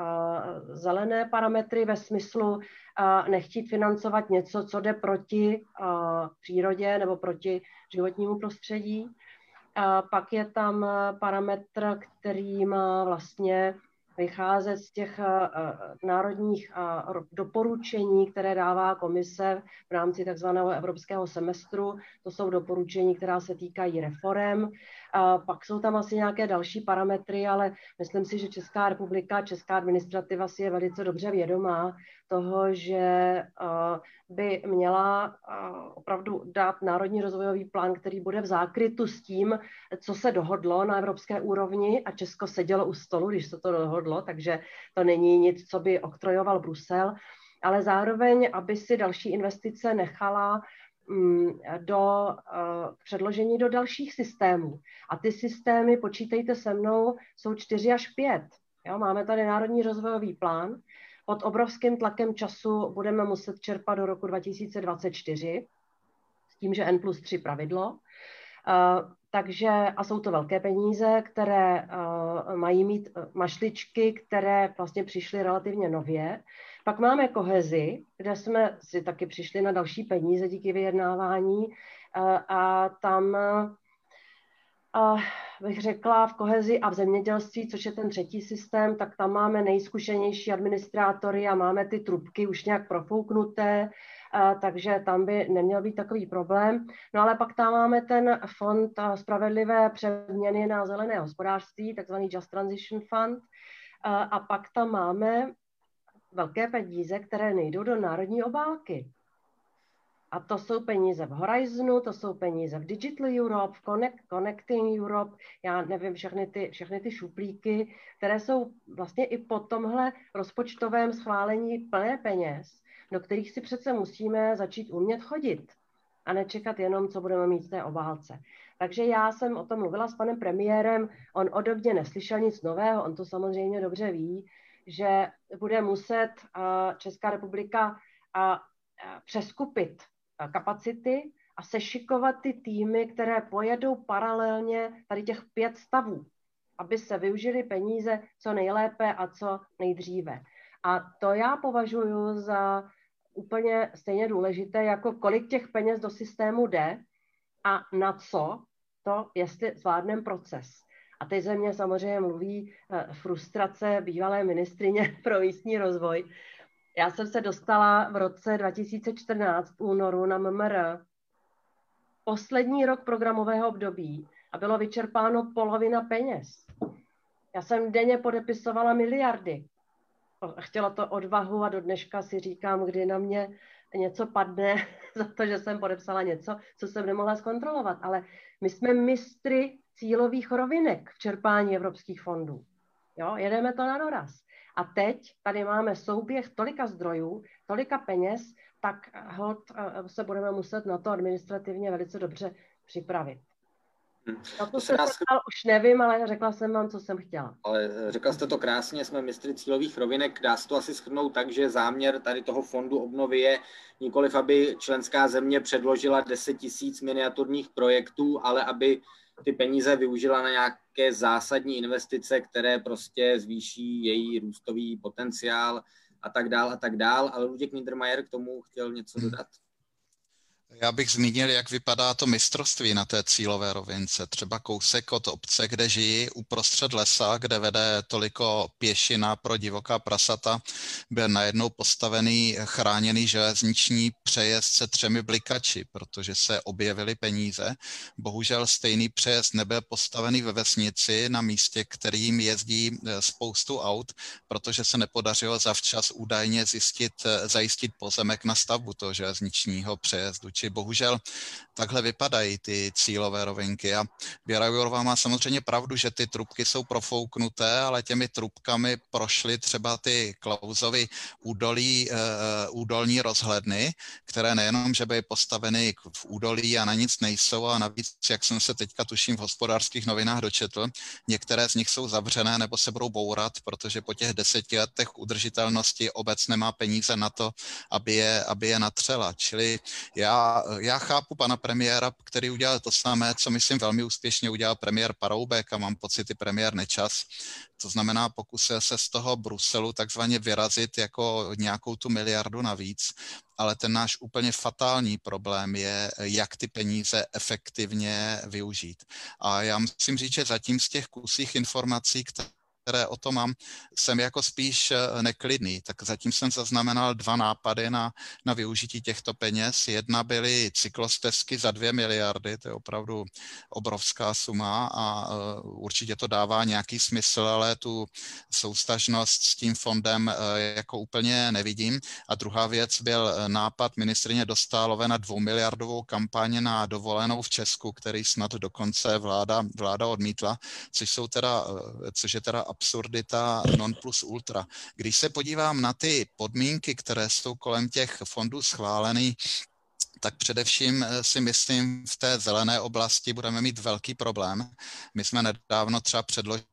zelené parametry ve smyslu uh, nechtít financovat něco, co jde proti uh, přírodě nebo proti životnímu prostředí. Uh, pak je tam parametr, který má vlastně vycházet z těch národních doporučení, které dává komise v rámci takzvaného evropského semestru. To jsou doporučení, která se týkají reforem. Pak jsou tam asi nějaké další parametry, ale myslím si, že Česká republika, česká administrativa si je velice dobře vědomá toho, že by měla opravdu dát národní rozvojový plán, který bude v zákrytu s tím, co se dohodlo na evropské úrovni, a Česko sedělo u stolu, když se to dohodlo, takže to není nic, co by oktrojoval Brusel, ale zároveň, aby si další investice nechala do předložení do dalších systémů. A ty systémy, počítejte se mnou, jsou čtyři až pět. Jo, máme tady národní rozvojový plán. Pod obrovským tlakem času budeme muset čerpat do roku dva tisíce dvacet čtyři, s tím, že N plus tři pravidlo. Uh, takže, a jsou to velké peníze, které uh, mají mít mašličky, které vlastně přišly relativně nově. Pak máme kohezi, kde jsme si taky přišli na další peníze díky vyjednávání uh, a tam uh, bych řekla v kohezi a v zemědělství, což je ten třetí systém, tak tam máme nejzkušenější administrátory a máme ty trubky už nějak profouknuté, takže tam by neměl být takový problém. No ale pak tam máme ten fond spravedlivé přeměny na zelené hospodářství, takzvaný Just Transition Fund, a pak tam máme velké peníze, které nejdou do národní obálky. A to jsou peníze v Horizonu, to jsou peníze v Digital Europe, v Connect, Connecting Europe, já nevím, všechny ty, všechny ty šuplíky, které jsou vlastně i po tomhle rozpočtovém schválení plné peněz, do kterých si přece musíme začít umět chodit a nečekat jenom, co budeme mít v té obálce. Takže já jsem o tom mluvila s panem premiérem, on ode mě neslyšel nic nového, on to samozřejmě dobře ví, že bude muset Česká republika přeskupit kapacity a sešikovat ty týmy, které pojedou paralelně tady těch pět stavů, aby se využily peníze co nejlépe a co nejdříve. A to já považuji za úplně stejně důležité, jako kolik těch peněz do systému jde a na co to, jestli zvládneme proces. A teď ze mě samozřejmě mluví frustrace bývalé ministryně pro místní rozvoj. Já jsem se dostala v roce dva tisíce čtrnáct v únoru na M M R poslední rok programového období a bylo vyčerpáno polovina peněz. Já jsem denně podepisovala miliardy. Chtělo to odvahu a do dneška si říkám, kdy na mě něco padne za to, že jsem podepsala něco, co jsem nemohla zkontrolovat. Ale my jsme mistry cílových rovinek v čerpání evropských fondů. Jo, jedeme to na doraz. A teď tady máme souběh tolika zdrojů, tolika peněz, tak hold se budeme muset na to administrativně velice dobře připravit. Hmm. Na to, to se nás... ptal, už nevím, ale řekla jsem vám, co jsem chtěla. Ale řekla jste to krásně, jsme mistry cílových rovinek. Dá se to asi shrnout tak, že záměr tady toho fondu obnovy je nikoliv, aby členská země předložila deset tisíc miniaturních projektů, ale aby ty peníze využila na nějaké zásadní investice, které prostě zvýší její růstový potenciál a tak dál a tak dál. Ale Luděk Niedermayer k tomu chtěl něco dodat. Já bych zmínil, jak vypadá to mistrovství na té cílové rovince. Třeba kousek od obce, kde žijí, uprostřed lesa, kde vede toliko pěšina pro divoká prasata, byl najednou postavený chráněný železniční přejezd se třemi blikači, protože se objevily peníze. Bohužel stejný přejezd nebyl postavený ve vesnici na místě, kterým jezdí spoustu aut, protože se nepodařilo zavčas údajně zjistit, zajistit pozemek na stavbu toho železničního přejezdu. Či bohužel takhle vypadají ty cílové rovinky. A Věra Jourová má samozřejmě pravdu, že ty trubky jsou profouknuté, ale těmi trubkami prošly třeba ty Klausovy údolí, uh, údolní rozhledny, které nejenom, že byly postaveny v údolí a na nic nejsou, a navíc, jak jsem se teďka tuším v Hospodářských novinách dočetl, některé z nich jsou zavřené nebo se budou bourat, protože po těch deseti letech udržitelnosti obec nemá peníze na to, aby je, aby je natřela. Čili já Já chápu pana premiéra, který udělal to samé, co myslím velmi úspěšně udělal premiér Paroubek a mám pocit i premiér Nečas. To znamená, pokusil se z toho Bruselu takzvaně vyrazit jako nějakou tu miliardu navíc, ale ten náš úplně fatální problém je, jak ty peníze efektivně využít. A já musím říct, že zatím z těch kusích informací, které které o to mám, jsem jako spíš neklidný. Tak zatím jsem zaznamenal dva nápady na, na využití těchto peněz. Jedna byly cyklostezky za dvě miliardy, to je opravdu obrovská suma a uh, určitě to dává nějaký smysl, ale tu soustažnost s tím fondem uh, jako úplně nevidím. A druhá věc byl nápad ministryně Dostálové na dvoumiliardovou kampaň na dovolenou v Česku, který snad dokonce vláda, vláda odmítla, což jsou teda, což je teda absurdita non plus ultra. Když se podívám na ty podmínky, které jsou kolem těch fondů schváleny, tak především si myslím, v té zelené oblasti budeme mít velký problém. My jsme nedávno třeba předložili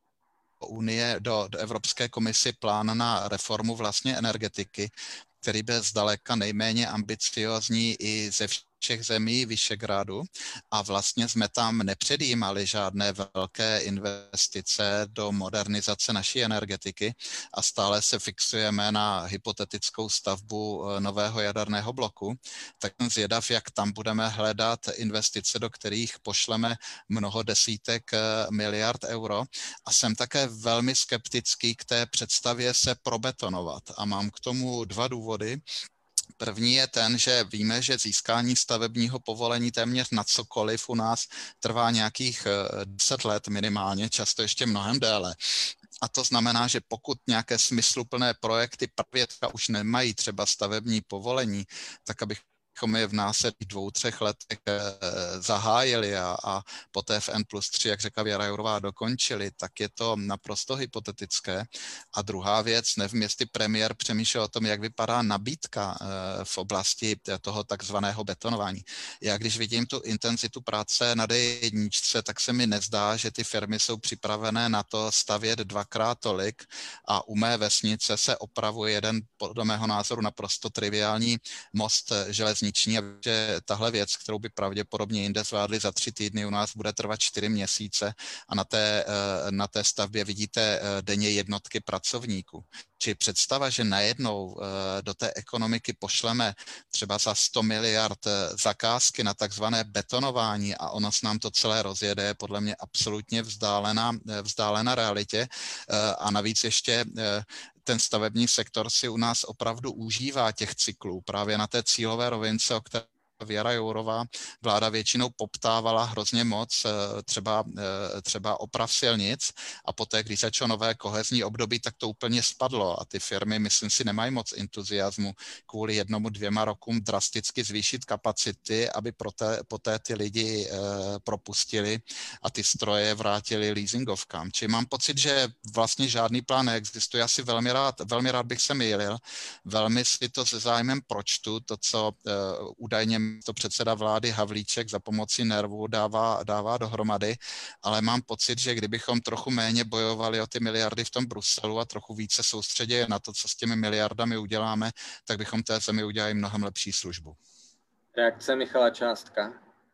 Unie do, do Evropské komisi plán na reformu vlastně energetiky, který byl zdaleka nejméně ambiciózní i ze všech zemí Visegrádu a vlastně jsme tam nepředjímali žádné velké investice do modernizace naší energetiky a stále se fixujeme na hypotetickou stavbu nového jaderného bloku, tak jsem zvědav, jak tam budeme hledat investice, do kterých pošleme mnoho desítek miliard euro a jsem také velmi skeptický k té představě se probetonovat a mám k tomu dva důvody. První je ten, že víme, že získání stavebního povolení téměř na cokoliv u nás trvá nějakých deset let minimálně, často ještě mnohem déle. A to znamená, že pokud nějaké smysluplné projekty právě už nemají třeba stavební povolení, tak abych je v následných dvou, třech letech zahájili a, a poté v N plus tři, jak řekla Věra Jourová, dokončili, tak je to naprosto hypotetické. A druhá věc, nevím, jestli premiér přemýšlel o tom, jak vypadá nabídka v oblasti toho takzvaného betonování. Já když vidím tu intenzitu práce na D jedna, tak se mi nezdá, že ty firmy jsou připravené na to stavět dvakrát tolik a u mé vesnice se opravuje jeden, podle mého názoru, naprosto triviální most železniční, a že tahle věc, kterou by pravděpodobně jinde zvládli za tři týdny, u nás bude trvat čtyři měsíce a na té, na té stavbě vidíte denně jednotky pracovníků. Či představa, že najednou do té ekonomiky pošleme třeba za sto miliard zakázky na takzvané betonování a ono s nám to celé rozjede, je podle mě absolutně vzdálená, vzdálená realitě. A navíc ještě ten stavební sektor si u nás opravdu užívá těch cyklů právě na té cílové rovince, o které Věra Jourová vláda většinou poptávala hrozně moc, třeba, třeba oprav silnic a poté, když začalo nové kohezní období, tak to úplně spadlo a ty firmy, myslím si, nemají moc entuziasmu kvůli jednomu, dvěma rokům drasticky zvýšit kapacity, aby poté, poté ty lidi propustili a ty stroje vrátili leasingovkám. Čili mám pocit, že vlastně žádný plán neexistuje. Já si velmi rád, velmi rád bych se mýlil, velmi si to se zájmem pročtu, to, co údajně to předseda vlády Havlíček za pomoci nervů dává, dává dohromady, ale mám pocit, že kdybychom trochu méně bojovali o ty miliardy v tom Bruselu a trochu více soustředili na to, co s těmi miliardami uděláme, tak bychom té zemi udělali mnohem lepší službu. Reakce Michala Částka.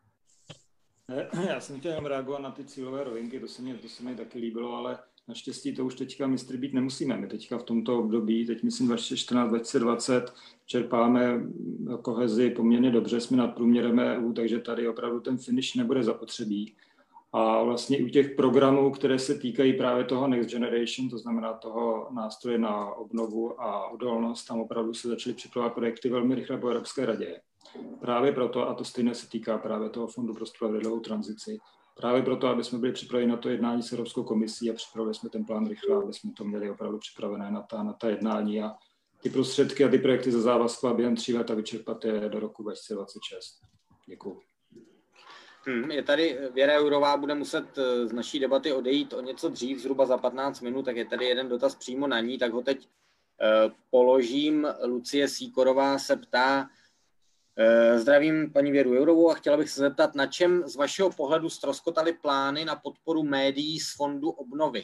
Já jsem chtěl jenom reagovat na ty cílové rovinky, to se mi, to se mi taky líbilo, ale naštěstí to už teďka mistry být nemusíme. My teďka v tomto období, teď myslím dva tisíce čtrnáct dva tisíce dvacet, čerpáme kohezi poměrně dobře, jsme nad průměrem E U, takže tady opravdu ten finish nebude zapotřebí. A vlastně i u těch programů, které se týkají právě toho Next Generation, to znamená toho nástroje na obnovu a odolnost, tam opravdu se začaly připravovat projekty velmi rychle po Evropské radě. Právě proto, a to stejné se týká právě toho Fondu pro spravedlivou tranzici, právě proto, aby jsme byli připraveni na to jednání s Evropskou komisí a připravili jsme ten plán rychle, aby jsme to měli opravdu připravené na ta, na ta jednání a ty prostředky a ty projekty za závazku a během tří let a vyčerpat je do roku dva tisíce dvacet šest. Děkuju. Hmm, je tady Věra Jourová, bude muset z naší debaty odejít o něco dřív, zhruba za patnáct minut, tak je tady jeden dotaz přímo na ní, tak ho teď eh, položím. Lucie Síkorová se ptá, eh, zdravím paní Věru Jourovou a chtěla bych se zeptat, na čem z vašeho pohledu ztroskotaly plány na podporu médií z Fondu obnovy?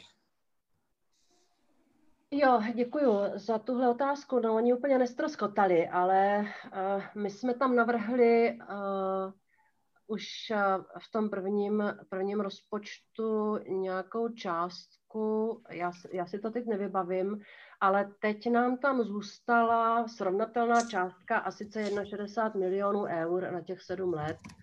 Jo, děkuju za tuhle otázku. No, oni úplně nestroskotali, ale uh, my jsme tam navrhli uh, už uh, v tom prvním, prvním rozpočtu nějakou částku, já, já si to teď nevybavím, ale teď nám tam zůstala srovnatelná částka a sice šedesát jedna milionů eur na těch sedm let.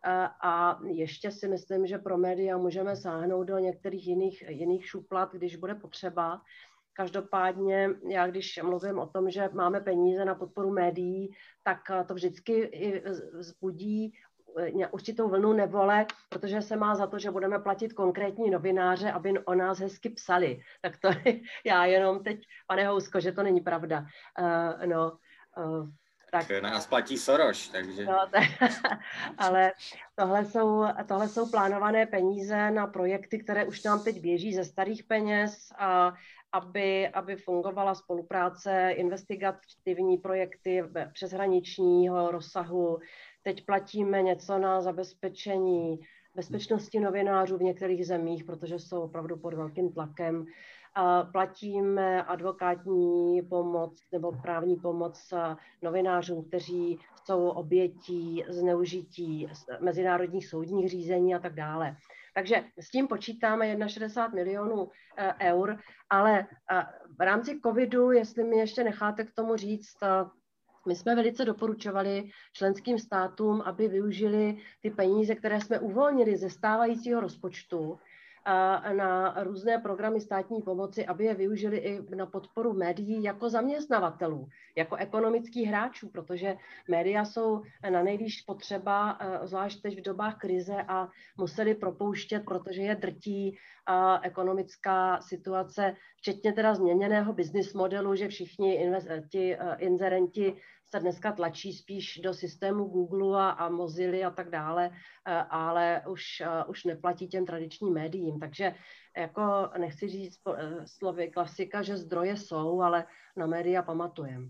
A ještě si myslím, že pro média můžeme sáhnout do některých jiných, jiných šuplat, když bude potřeba. Každopádně já, když mluvím o tom, že máme peníze na podporu médií, tak to vždycky vzbudí určitou vlnu nevole, protože se má za to, že budeme platit konkrétní novináře, aby o nás hezky psali. Tak to já jenom teď, pane Housko, že to není pravda. Uh, no, uh, tak nás platí Soros, takže... No, tak, ale tohle jsou, tohle jsou plánované peníze na projekty, které už nám teď běží ze starých peněz, a aby, aby fungovala spolupráce, investigativní projekty přeshraničního rozsahu. Teď platíme něco na zabezpečení bezpečnosti novinářů v některých zemích, protože jsou opravdu pod velkým tlakem. Platíme advokátní pomoc nebo právní pomoc novinářům, kteří jsou obětí zneužití mezinárodních soudních řízení a tak dále. Takže s tím počítáme šedesát jedna milionů eur, ale v rámci covidu, jestli mi ještě necháte k tomu říct, my jsme velice doporučovali členským státům, aby využili ty peníze, které jsme uvolnili ze stávajícího rozpočtu na různé programy státní pomoci, aby je využili i na podporu médií jako zaměstnavatelů, jako ekonomických hráčů, protože média jsou na nejvíc potřeba, zvlášť teď v dobách krize, a museli propouštět, protože je drtí ekonomická situace, včetně teda změněného business modelu, že všichni ti inzerenti se dneska tlačí spíš do systému Google a, a Mozilla a tak dále, ale už, už neplatí těm tradičním médiím. Takže jako nechci říct slovy klasika, že zdroje jsou, ale na média pamatujeme.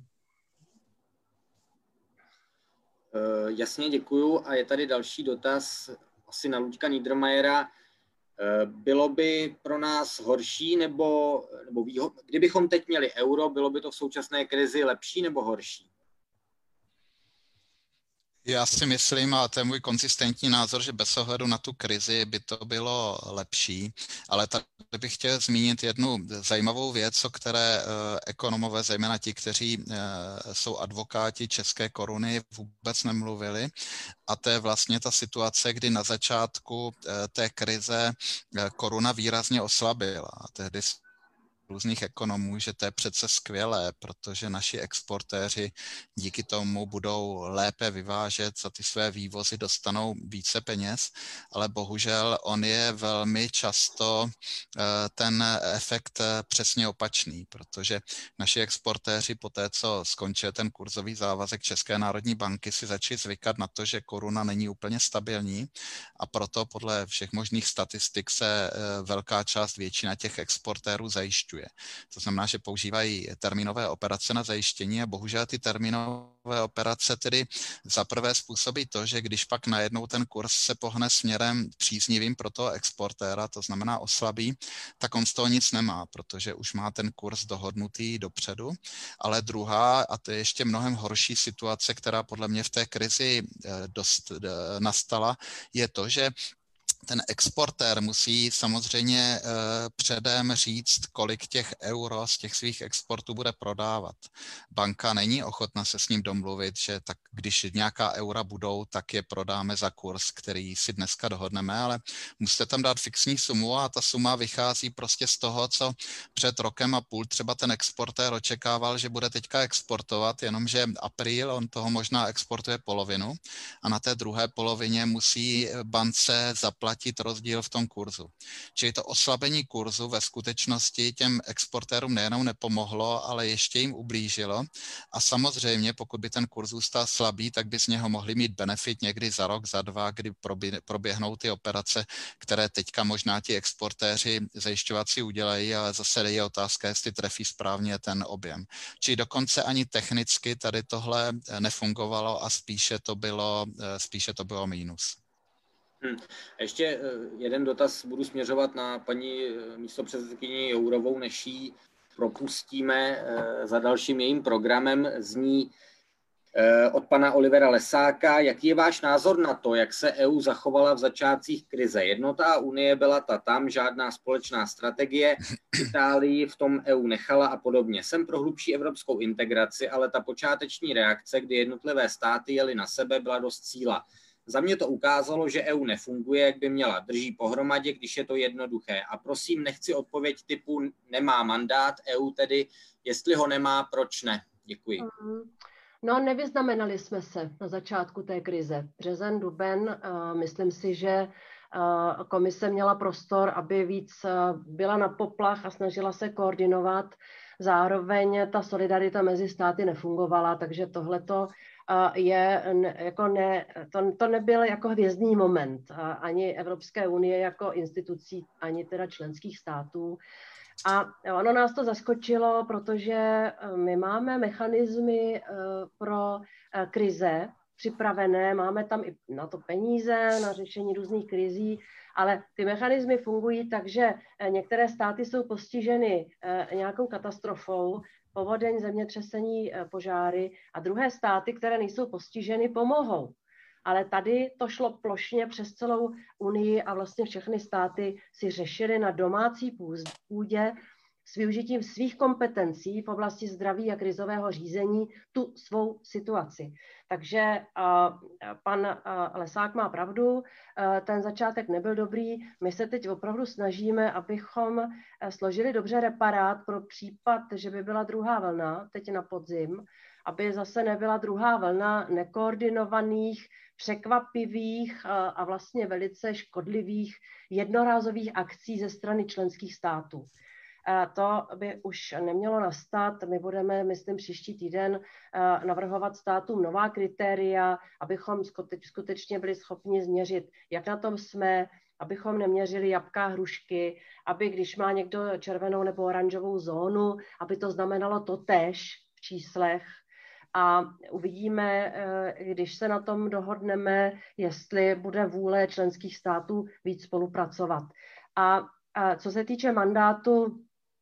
Jasně, děkuju. A je tady další dotaz asi na Luďka Niedermayera. Bylo by pro nás horší nebo, nebo výhod, kdybychom teď měli euro, bylo by to v současné krizi lepší nebo horší? Já si myslím, a to je můj konzistentní názor, že bez ohledu na tu krizi by to bylo lepší, ale tady bych chtěl zmínit jednu zajímavou věc, o které ekonomové, zejména ti, kteří jsou advokáti české koruny, vůbec nemluvili, a to je vlastně ta situace, kdy na začátku té krize koruna výrazně oslabila. A tehdy různých ekonomů, že to je přece skvělé, protože naši exportéři díky tomu budou lépe vyvážet, za ty své vývozy dostanou více peněz, ale bohužel on je velmi často ten efekt přesně opačný, protože naši exportéři po té, co skončil ten kurzový závazek České národní banky, si začali zvykat na to, že koruna není úplně stabilní, a proto podle všech možných statistik se velká část, většina těch exportérů zajišťuje. To znamená, že používají termínové operace na zajištění, a bohužel ty termínové operace tedy zaprvé způsobí to, že když pak najednou ten kurz se pohne směrem příznivým pro toho exportéra, to znamená oslabí, tak on z toho nic nemá, protože už má ten kurz dohodnutý dopředu. Ale druhá, a to je ještě mnohem horší situace, která podle mě v té krizi dost nastala, je to, že ten exportér musí samozřejmě uh, předem říct, kolik těch euro z těch svých exportů bude prodávat. Banka není ochotna se s ním domluvit, že tak když nějaká eura budou, tak je prodáme za kurz, který si dneska dohodneme, ale musíte tam dát fixní sumu, a ta suma vychází prostě z toho, co před rokem a půl třeba ten exportér očekával, že bude teďka exportovat, jenomže apríl, on toho možná exportuje polovinu, a na té druhé polovině musí bance zaplatit rozdíl v tom kurzu. Čili to oslabení kurzu ve skutečnosti těm exportérům nejenom nepomohlo, ale ještě jim ublížilo. A samozřejmě, pokud by ten kurz zůstal slabý, tak by z něho mohli mít benefit někdy za rok, za dva, kdy proběhnou ty operace, které teďka možná ti exportéři zajišťovací udělají, ale zase je otázka, jestli trefí správně ten objem. Čili dokonce ani technicky tady tohle nefungovalo a spíše to bylo, spíše to bylo mínus. Hmm. Ještě jeden dotaz budu směřovat na paní místopředsedkyni Jourovou, než ji propustíme za dalším jejím programem. Zní od pana Olivera Lesáka. Jaký je váš názor na to, jak se E U zachovala v začátcích krize? Jednota a unie byla ta tam, žádná společná strategie, Itálii v tom E U nechala a podobně. Jsem pro hlubší evropskou integraci, ale ta počáteční reakce, kdy jednotlivé státy jeli na sebe, byla dost síla. Za mě to ukázalo, že E U nefunguje, jak by měla, drží pohromadě, když je to jednoduché. A prosím, nechci odpověď typu nemá mandát E U, tedy jestli ho nemá, proč ne? Děkuji. No, nevyznamenali jsme se na začátku té krize. Březen, duben, uh, myslím si, že uh, komise měla prostor, aby víc uh, byla na poplach a snažila se koordinovat. Zároveň ta solidarita mezi státy nefungovala, takže tohleto je jako ne, to, to nebyl jako hvězdný moment ani Evropské unie jako institucí, ani teda členských států. A ono nás to zaskočilo, protože my máme mechanismy pro krize připravené, máme tam i na to peníze, na řešení různých krizí, ale ty mechanismy fungují tak, že některé státy jsou postiženy nějakou katastrofou, povodeň, zemětřesení, požáry, a druhé státy, které nejsou postiženy, pomohou. Ale tady to šlo plošně přes celou Unii a vlastně všechny státy si řešily na domácí půdě s využitím svých kompetencí v oblasti zdraví a krizového řízení tu svou situaci. Takže uh, pan uh, Lesák má pravdu, uh, ten začátek nebyl dobrý. My se teď opravdu snažíme, abychom uh, složili dobře reparát pro případ, že by byla druhá vlna, teď na podzim, aby zase nebyla druhá vlna nekoordinovaných, překvapivých uh, a vlastně velice škodlivých jednorázových akcí ze strany členských států. To by už nemělo nastat. My budeme, myslím, příští týden navrhovat státům nová kritéria, abychom skutečně byli schopni změřit, jak na tom jsme, abychom neměřili jabka, hrušky, aby když má někdo červenou nebo oranžovou zónu, aby to znamenalo totéž v číslech. A uvidíme, když se na tom dohodneme, jestli bude vůle členských států víc spolupracovat. A co se týče mandátu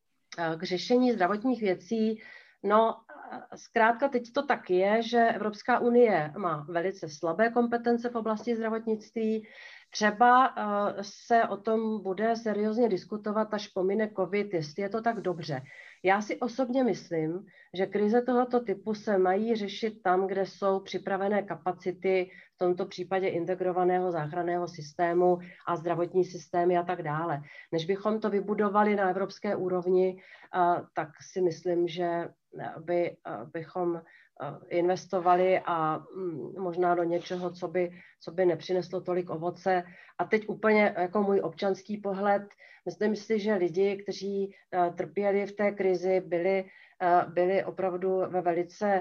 k řešení zdravotních věcí, no zkrátka teď to tak je, že Evropská unie má velice slabé kompetence v oblasti zdravotnictví. Třeba se o tom bude seriózně diskutovat, až pomine covid, jestli je to tak dobře. Já si osobně myslím, že krize tohoto typu se mají řešit tam, kde jsou připravené kapacity, v tomto případě integrovaného záchranného systému a zdravotní systémy a tak dále. Než bychom to vybudovali na evropské úrovni, tak si myslím, že by, bychom investovali a možná do něčeho, co by, co by nepřineslo tolik ovoce. A teď úplně jako můj občanský pohled, myslím si, že lidi, kteří trpěli v té krizi, byli, byli opravdu ve velice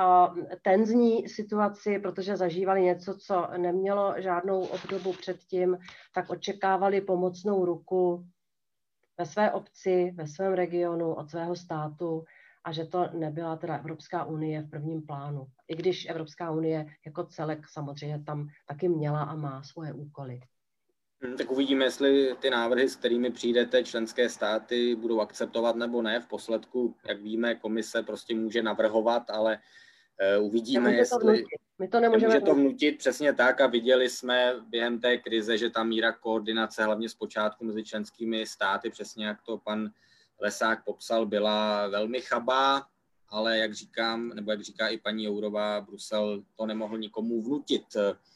tenzní situaci, protože zažívali něco, co nemělo žádnou obdobu předtím, tak očekávali pomocnou ruku ve své obci, ve svém regionu, od svého státu, a že to nebyla teda Evropská unie v prvním plánu. I když Evropská unie jako celek samozřejmě tam taky měla a má svoje úkoly. Tak uvidíme, jestli ty návrhy, s kterými přijdete, členské státy budou akceptovat nebo ne. V posledku, jak víme, komise prostě může navrhovat, ale uh, uvidíme, Nemůže jestli... To vnutit. My to nemůžeme Nemůže to vnutit, přesně tak, a viděli jsme během té krize, že ta míra koordinace, hlavně zpočátku mezi členskými státy, přesně jak to pan Lesák popsal, byla velmi chabá, ale jak říkám, nebo jak říká i paní Jourová, Brusel to nemohl nikomu vnutit,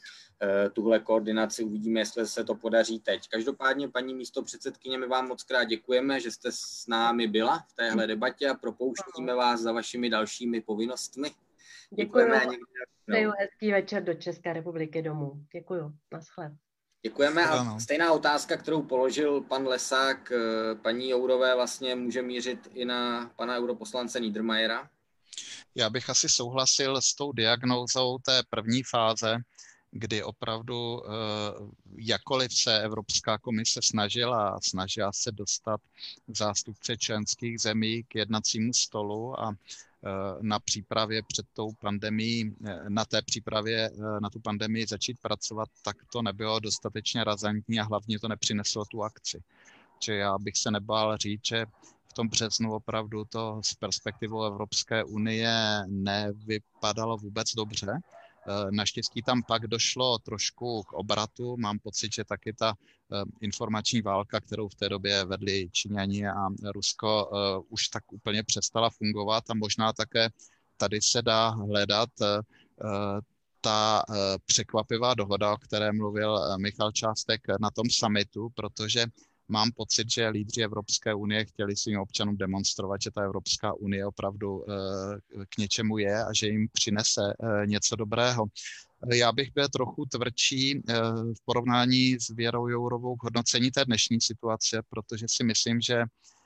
tuhle koordinaci. Uvidíme, jestli se to podaří teď. Každopádně, paní místopředsedkyně, my vám moc krát děkujeme, že jste s námi byla v téhle debatě a propouštíme vás za vašimi dalšími povinnostmi. Děkujeme. Přeju hezký večer do České republiky domů. Děkuju. Naschle. Děkujeme a stejná otázka, kterou položil pan Lesák paní Jourové, vlastně může mířit i na pana europoslance Niedermayera. Já bych asi souhlasil s tou diagnózou té první fáze, kdy opravdu jakkoliv se Evropská komise snažila a snažila se dostat zástupce členských zemí k jednacímu stolu a na přípravě před tou pandemií, na té přípravě na tu pandemii začít pracovat, tak to nebylo dostatečně razantní a hlavně to nepřineslo tu akci. Čili já bych se nebál říct, že v tom březnu opravdu to z perspektivou Evropské unie nevypadalo vůbec dobře. Naštěstí tam pak došlo trošku k obratu. Mám pocit, že taky ta informační válka, kterou v té době vedli Číňani a Rusko, už tak úplně přestala fungovat a možná také tady se dá hledat ta překvapivá dohoda, o které mluvil Michal Částek na tom summitu, protože mám pocit, že lídři Evropské unie chtěli svým občanům demonstrovat, že ta Evropská unie opravdu k něčemu je a že jim přinese něco dobrého. Já bych byl trochu tvrdší v porovnání s Věrou Jourovou k hodnocení té dnešní situace, protože si myslím, že,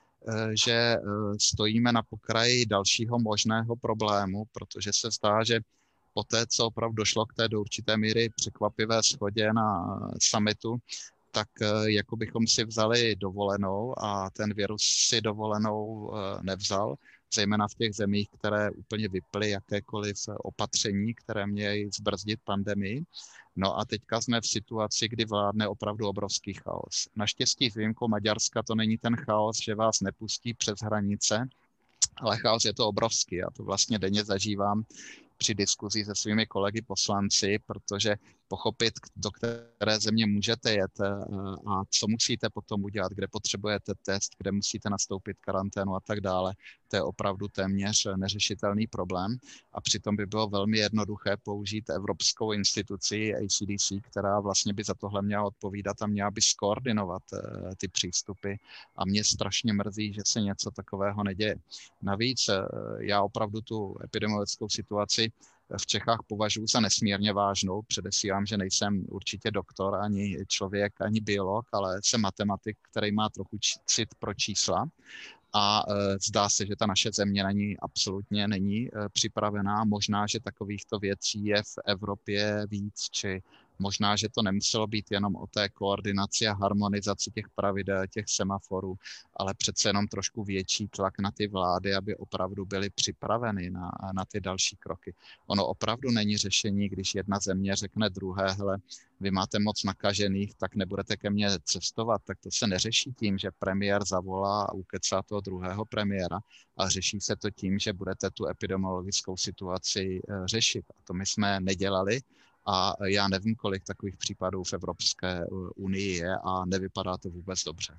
že stojíme na pokraji dalšího možného problému, protože se zdá, že poté, co opravdu došlo k té do určité míry překvapivé shodě na summitu, tak jako bychom si vzali dovolenou a ten virus si dovolenou nevzal, zejména v těch zemích, které úplně vyply jakékoliv opatření, které měly zbrzdit pandemii. No a teďka jsme v situaci, kdy vládne opravdu obrovský chaos. Naštěstí s výjimkou Maďarska to není ten chaos, že vás nepustí přes hranice, ale chaos je to obrovský. Já to vlastně denně zažívám při diskuzi se svými kolegy poslanci, protože pochopit, do které země můžete jet a co musíte potom udělat, kde potřebujete test, kde musíte nastoupit karanténu a tak dále, to je opravdu téměř neřešitelný problém. A přitom by bylo velmi jednoduché použít evropskou instituci A C D C, která vlastně by za tohle měla odpovídat a měla by skoordinovat ty přístupy. A mě strašně mrzí, že se něco takového neděje. Navíc já opravdu tu epidemiologickou situaci v Čechách považuji za nesmírně vážnou. Předesílám, že nejsem určitě doktor, ani člověk, ani biolog, ale jsem matematik, který má trochu cit pro čísla. A e, zdá se, že ta naše země na ní absolutně není e, připravená. Možná, že takovýchto věcí je v Evropě víc, či možná, že to nemuselo být jenom o té koordinaci a harmonizaci těch pravidel, těch semaforů, ale přece jenom trošku větší tlak na ty vlády, aby opravdu byly připraveny na, na ty další kroky. Ono opravdu není řešení, když jedna země řekne druhé, hele, vy máte moc nakažených, tak nebudete ke mně cestovat, tak to se neřeší tím, že premiér zavolá a ukecá toho druhého premiéra, ale řeší se to tím, že budete tu epidemiologickou situaci řešit. A to my jsme nedělali. A já nevím, kolik takových případů v Evropské unii je a nevypadá to vůbec dobře.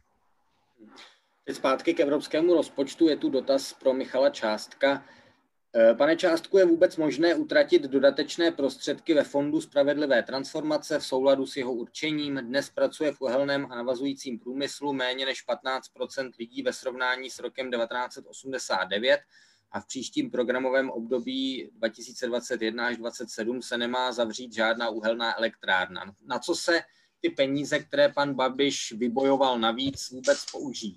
Teď zpátky k evropskému rozpočtu je tu dotaz pro Michala Částka. Pane Částku, je vůbec možné utratit dodatečné prostředky ve Fondu spravedlivé transformace v souladu s jeho určením? Dnes pracuje v uhelném a navazujícím průmyslu méně než patnáct procent lidí ve srovnání s rokem devatenáct set osmdesát devět. A v příštím programovém období dva tisíce dvacet jedna až dvacet sedm se nemá zavřít žádná uhelná elektrárna. Na co se ty peníze, které pan Babiš vybojoval navíc, vůbec použijí?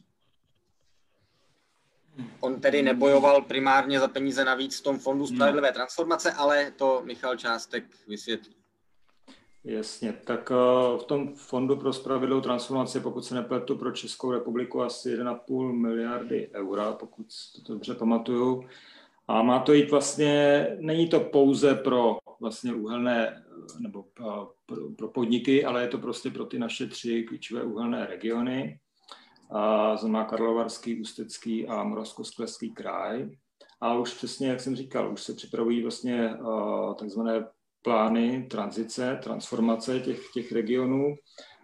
On tedy nebojoval primárně za peníze navíc v tom Fondu spravedlivé transformace, ale to Michal Částek vysvětlí. Jasně, tak v tom Fondu pro spravedlivou transformaci, pokud se nepletu, pro Českou republiku asi jedna a půl miliardy eura, pokud to dobře pamatuju. A má to jít vlastně, není to pouze pro vlastně uhelné nebo pro, pro podniky, ale je to prostě pro ty naše tři klíčové uhelné regiony. A znamená Karlovarský, Ústecký a Moravskoslezský kraj. A už přesně, jak jsem říkal, už se připravují vlastně takzvané plány tranzice, transformace těch, těch regionů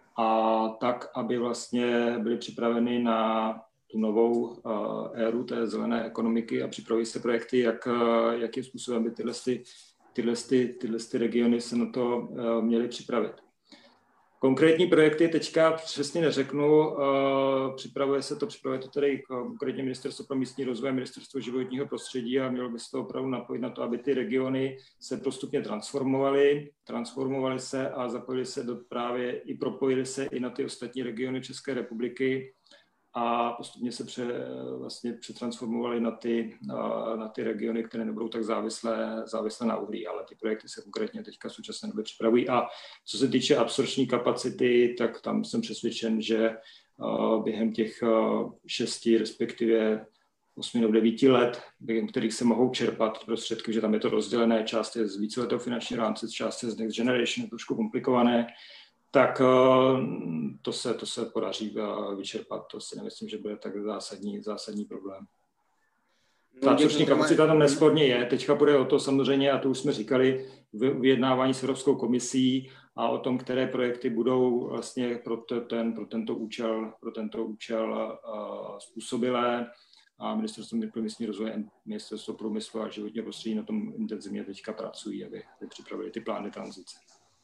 a tak, aby vlastně byly připraveny na tu novou uh, éru té zelené ekonomiky a připravují se projekty, jak, uh, jakým způsobem by tyhle, tyhle, tyhle regiony se na to uh, měly připravit. Konkrétní projekty teďka přesně neřeknu, uh, připravuje se to, připravuje to tedy konkrétně Ministerstvo pro místní rozvoj, Ministerstvo životního prostředí a mělo by se to opravdu napojit na to, aby ty regiony se postupně transformovaly, transformovaly se a zapojily se do právě i propojily se i na ty ostatní regiony České republiky a postupně se pře, vlastně přetransformovaly na ty, na, na ty regiony, které nebudou tak závislé, závislé na uhlí, ale ty projekty se konkrétně teďka v současné době připravují. A co se týče absorpční kapacity, tak tam jsem přesvědčen, že uh, během těch uh, šesti, respektive osmi nebo devíti let, během kterých se mohou čerpat prostředky, že tam je to rozdělené, část je z víceletého finančního rámce, část je z Next Generation, je trošku komplikované, tak to se, to se podaří vyčerpat. To si nemyslím, že bude tak zásadní, zásadní problém. Ta absorpční kapacita tam nesporně je. Teďka bude o to samozřejmě, a to už jsme říkali, v vyjednávání s Evropskou komisí a o tom, které projekty budou vlastně pro, ten, pro tento účel, pro tento účel uh, způsobilé. a Ministerstvo pro místní rozvoje, Ministerstvo průmyslu a životního prostředí na tom intenzivně teďka pracují, aby, aby připravili ty plány tranzice.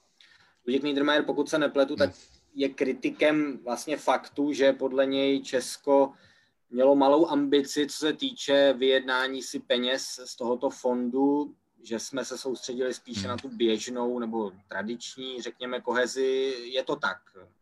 Luděk Niedermayer, pokud se nepletu, tak je kritikem vlastně faktu, že podle něj Česko mělo malou ambici, co se týče vyjednání si peněz z tohoto fondu, že jsme se soustředili spíše na tu běžnou nebo tradiční, řekněme, kohezi. Je to tak?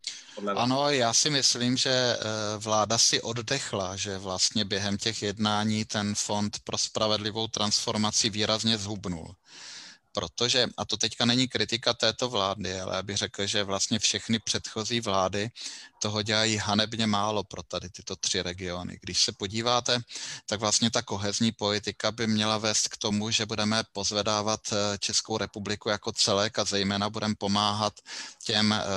Ano, já si myslím, že vláda si oddechla, že vlastně během těch jednání ten fond pro spravedlivou transformaci výrazně zhubnul. Protože, a to teďka není kritika této vlády, ale já bych řekl, že vlastně všechny předchozí vlády toho dělají hanebně málo pro tady tyto tři regiony. Když se podíváte, tak vlastně ta kohezní politika by měla vést k tomu, že budeme pozvedávat Českou republiku jako celek a zejména budeme pomáhat těm uh,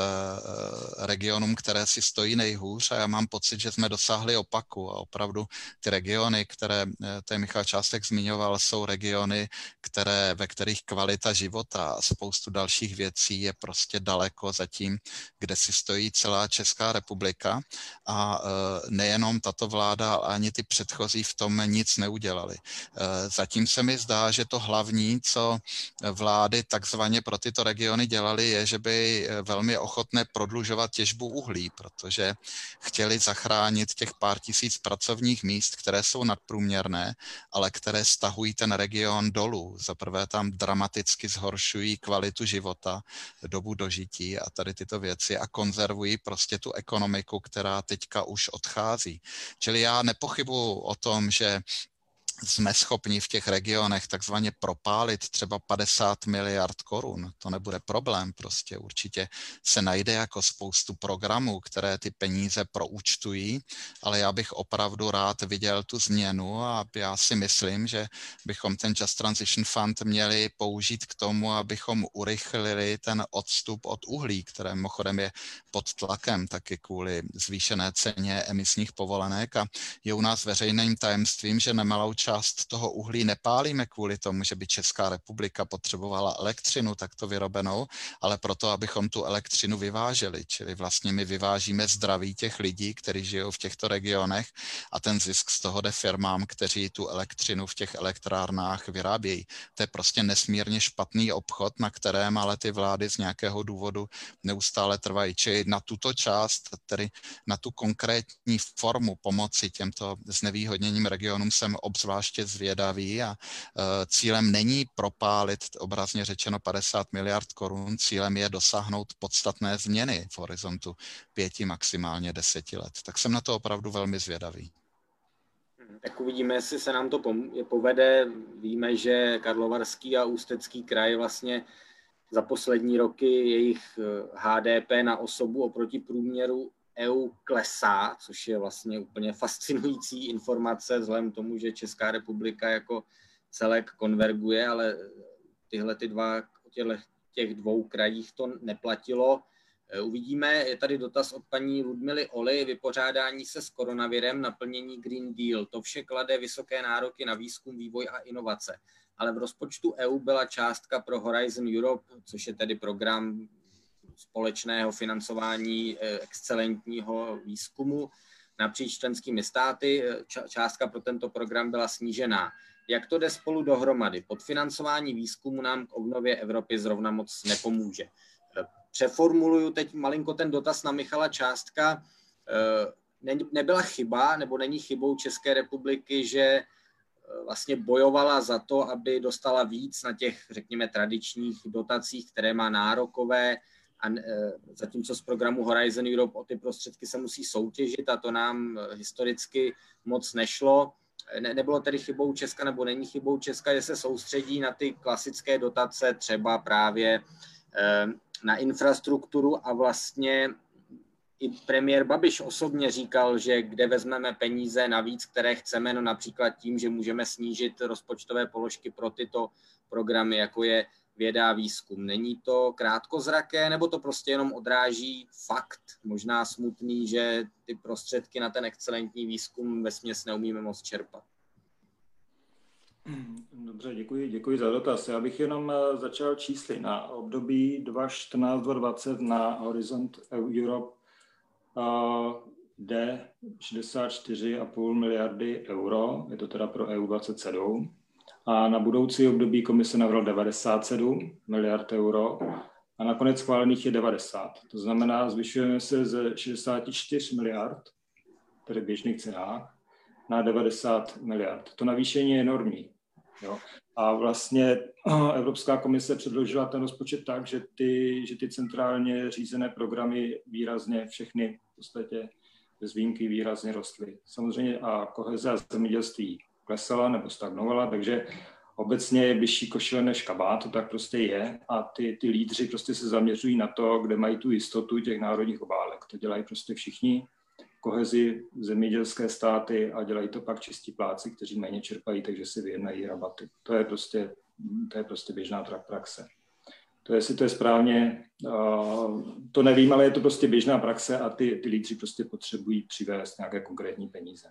regionům, které si stojí nejhůř, a já mám pocit, že jsme dosáhli opaku a opravdu ty regiony, které tady Michal Částek zmiňoval, jsou regiony, které, ve kterých kvalita života a spoustu dalších věcí je prostě daleko za tím, kde si stojí celá Česká republika, a nejenom tato vláda, ale ani ty předchozí v tom nic neudělali. Zatím se mi zdá, že to hlavní, co vlády takzvaně pro tyto regiony dělali, je, že by velmi ochotné prodlužovat těžbu uhlí, protože chtěli zachránit těch pár tisíc pracovních míst, které jsou nadprůměrné, ale které stahují ten region dolů. Za prvé tam dramaticky zhoršují kvalitu života, dobu dožití a tady tyto věci a konzervují prostě tu ekonomiku, která teďka už odchází. Čili já nepochybuji o tom, že jsme schopni v těch regionech takzvaně propálit třeba padesát miliard korun. To nebude problém, prostě určitě se najde jako spoustu programů, které ty peníze proúčtují, ale já bych opravdu rád viděl tu změnu a já si myslím, že bychom ten Just Transition Fund měli použít k tomu, abychom urychlili ten odstup od uhlí, které mimochodem je pod tlakem taky kvůli zvýšené ceně emisních povolenek, a je u nás veřejným tajemstvím, že nemalou část toho uhlí nepálíme kvůli tomu, že by Česká republika potřebovala elektřinu takto vyrobenou, ale proto, abychom tu elektřinu vyváželi. Čili vlastně my vyvážíme zdraví těch lidí, kteří žijou v těchto regionech, a ten zisk z toho jde firmám, kteří tu elektřinu v těch elektrárnách vyrábějí. To je prostě nesmírně špatný obchod, na kterém ale ty vlády z nějakého důvodu neustále trvají. Čili na tuto část, tedy na tu konkrétní formu pomoci těmto znevýhodněným regionům jsem obzvláště zvědavý, a cílem není propálit, obrazně řečeno, padesát miliard korun, cílem je dosáhnout podstatné změny v horizontu pěti, maximálně deseti let. Tak jsem na to opravdu velmi zvědavý. Tak uvidíme, jestli se nám to povede. Víme, že Karlovarský a Ústecký kraj vlastně za poslední roky jejich H D P na osobu oproti průměru E U klesá, což je vlastně úplně fascinující informace vzhledem k tomu, že Česká republika jako celek konverguje, ale tyhle ty dva, těch dvou krajích to neplatilo. Uvidíme, je tady dotaz od paní Ludmily Oly, vypořádání se s koronavirem, naplnění Green Deal. To vše klade vysoké nároky na výzkum, vývoj a inovace. Ale v rozpočtu E U byla částka pro Horizon Europe, což je tedy program společného financování excelentního výzkumu napříč členskými státy. Částka pro tento program byla snížená. Jak to jde spolu dohromady? Podfinancování výzkumu nám k obnově Evropy zrovna moc nepomůže. Přeformuluju teď malinko ten dotaz na Michala Částka. Nebyla chyba, nebo není chybou České republiky, že vlastně bojovala za to, aby dostala víc na těch, řekněme, tradičních dotacích, které má nárokové, a zatímco z programu Horizon Europe o ty prostředky se musí soutěžit a to nám historicky moc nešlo. Ne, nebylo tedy chybou Česka, nebo není chybou Česka, že se soustředí na ty klasické dotace, třeba právě na infrastrukturu, a vlastně i premiér Babiš osobně říkal, že kde vezmeme peníze navíc, které chceme, no například tím, že můžeme snížit rozpočtové položky pro tyto programy, jako je věda a výzkum. Není to krátkozraké, nebo to prostě jenom odráží fakt, možná smutný, že ty prostředky na ten excelentní výzkum vesměs neumíme moc čerpat? Dobře, děkuji, děkuji za dotaz. Já bych jenom začal čísly. Na období dva tisíce čtrnáct dva tisíce dvacet na Horizont Europe jde šedesát čtyři a půl miliardy euro, je to teda pro E U dvacet sedm, a na budoucí období komise navrhla devadesát sedm miliard euro a nakonec schválených je devadesát. To znamená, zvyšujeme se ze šedesát čtyři miliard, tedy v běžných cenách, na devadesát miliard. To navýšení je enormní. Jo. A vlastně Evropská komise předložila ten rozpočet tak, že ty, že ty centrálně řízené programy výrazně všechny v podstatě bez výjimky výrazně rostly. Samozřejmě a koheze a zemědělství klesala nebo stagnovala, takže obecně je bližší košile než kabát, to tak prostě je a ty, ty lídři prostě se zaměřují na to, kde mají tu jistotu těch národních obálek. To dělají prostě všichni, kohezi, zemědělské státy a dělají to pak čistí pláci, kteří méně čerpají, takže si vyjednají rabaty. To je prostě, to je prostě běžná praxe. To jestli to je správně, to nevím, ale je to prostě běžná praxe a ty, ty lídři prostě potřebují přivést nějaké konkrétní peníze.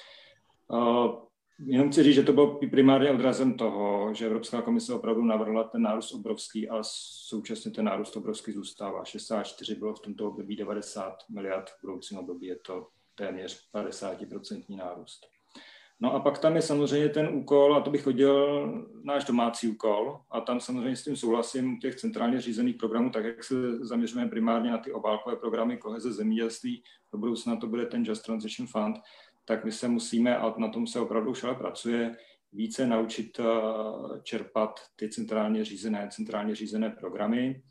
Jenom chci říct, že to bylo primárně odrazem toho, že Evropská komise opravdu navrhla ten nárůst obrovský, ale současně ten nárůst obrovský zůstává. šedesát čtyři bylo v tomto období devadesát miliard, v budoucím období je to téměř padesát procent nárůst. No a pak tam je samozřejmě ten úkol, a to bych hodil náš domácí úkol, a tam samozřejmě s tím souhlasím u těch centrálně řízených programů, tak jak se zaměřujeme primárně na ty obálkové programy koheze zemědělství, do budoucna to bude ten Just Transition Fund, tak my se musíme, a na tom se opravdu už ale pracuje, více naučit čerpat ty centrálně řízené, centrálně řízené programy.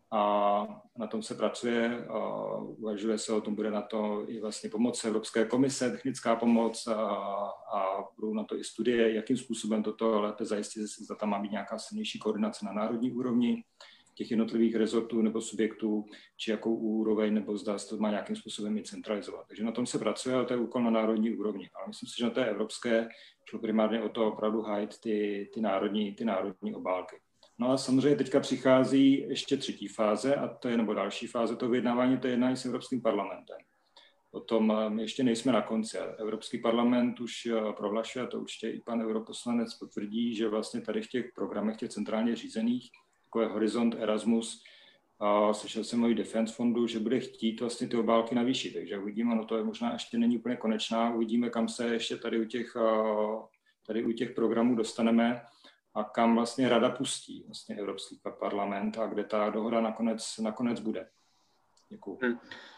A na tom se pracuje, uvažuje se o tom, bude na to i vlastně pomoc Evropské komise, technická pomoc a, a budou na to i studie, jakým způsobem toto lépe zajistit, zda tam má být nějaká silnější koordinace na národní úrovni těch jednotlivých rezortů nebo subjektů, či jakou úroveň, nebo zda se to má nějakým způsobem i centralizovat. Takže na tom se pracuje, ale to je úkol na národní úrovni. Ale myslím si, že na té evropské šlo primárně o to opravdu hájit ty, ty, národní, ty národní obálky. No a samozřejmě teďka přichází ještě třetí fáze, a to je nebo další fáze toho vyjednávání, to je jednání s Evropským parlamentem. O tom my ještě nejsme na konci. Evropský parlament už prohlašuje, a to určitě i pan europoslanec potvrdí, že vlastně tady v těch programech, těch centrálně řízených, jako je Horizont, Erasmus, a slyšel jsem o Defense fondu, že bude chtít vlastně ty obálky navýšit. Takže uvidíme, no to je možná ještě není úplně konečná, uvidíme, kam se ještě tady u těch, tady u těch programů dostaneme a kam vlastně rada pustí vlastně Evropský parlament a kde ta dohoda nakonec, nakonec bude. Děkuju. Hmm.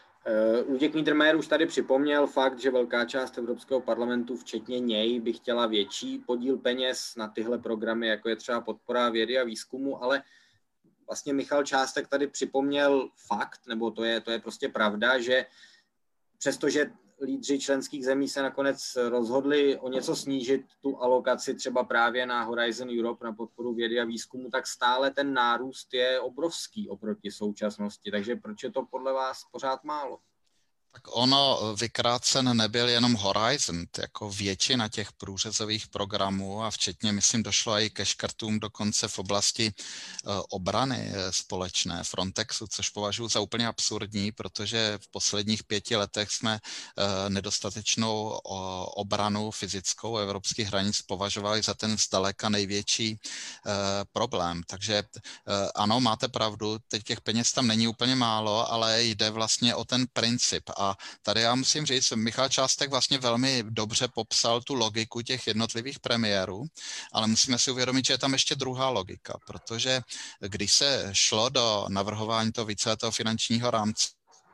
Luděk Niedermayer už tady připomněl fakt, že velká část Evropského parlamentu, včetně něj, by chtěla větší podíl peněz na tyhle programy, jako je třeba podpora vědy a výzkumu, ale vlastně Michal Částek tady připomněl fakt, nebo to je, to je prostě pravda, že přestože lídři členských zemí se nakonec rozhodli o něco snížit tu alokaci třeba právě na Horizon Europe, na podporu vědy a výzkumu, tak stále ten nárůst je obrovský oproti současnosti. Takže proč je to podle vás pořád málo? Tak ono vykrácen nebyl jenom Horizon, jako většina těch průřezových programů a včetně, myslím, došlo i ke škrtům dokonce v oblasti obrany společné Frontexu, což považuji za úplně absurdní, protože v posledních pěti letech jsme nedostatečnou obranu fyzickou evropských hranic považovali za ten zdaleka největší problém. Takže ano, máte pravdu, teď těch peněz tam není úplně málo, ale jde vlastně o ten princip. A tady já musím říct, Michal Částek vlastně velmi dobře popsal tu logiku těch jednotlivých premiérů, ale musíme si uvědomit, že je tam ještě druhá logika, protože když se šlo do navrhování toho víceletého finančního rámce,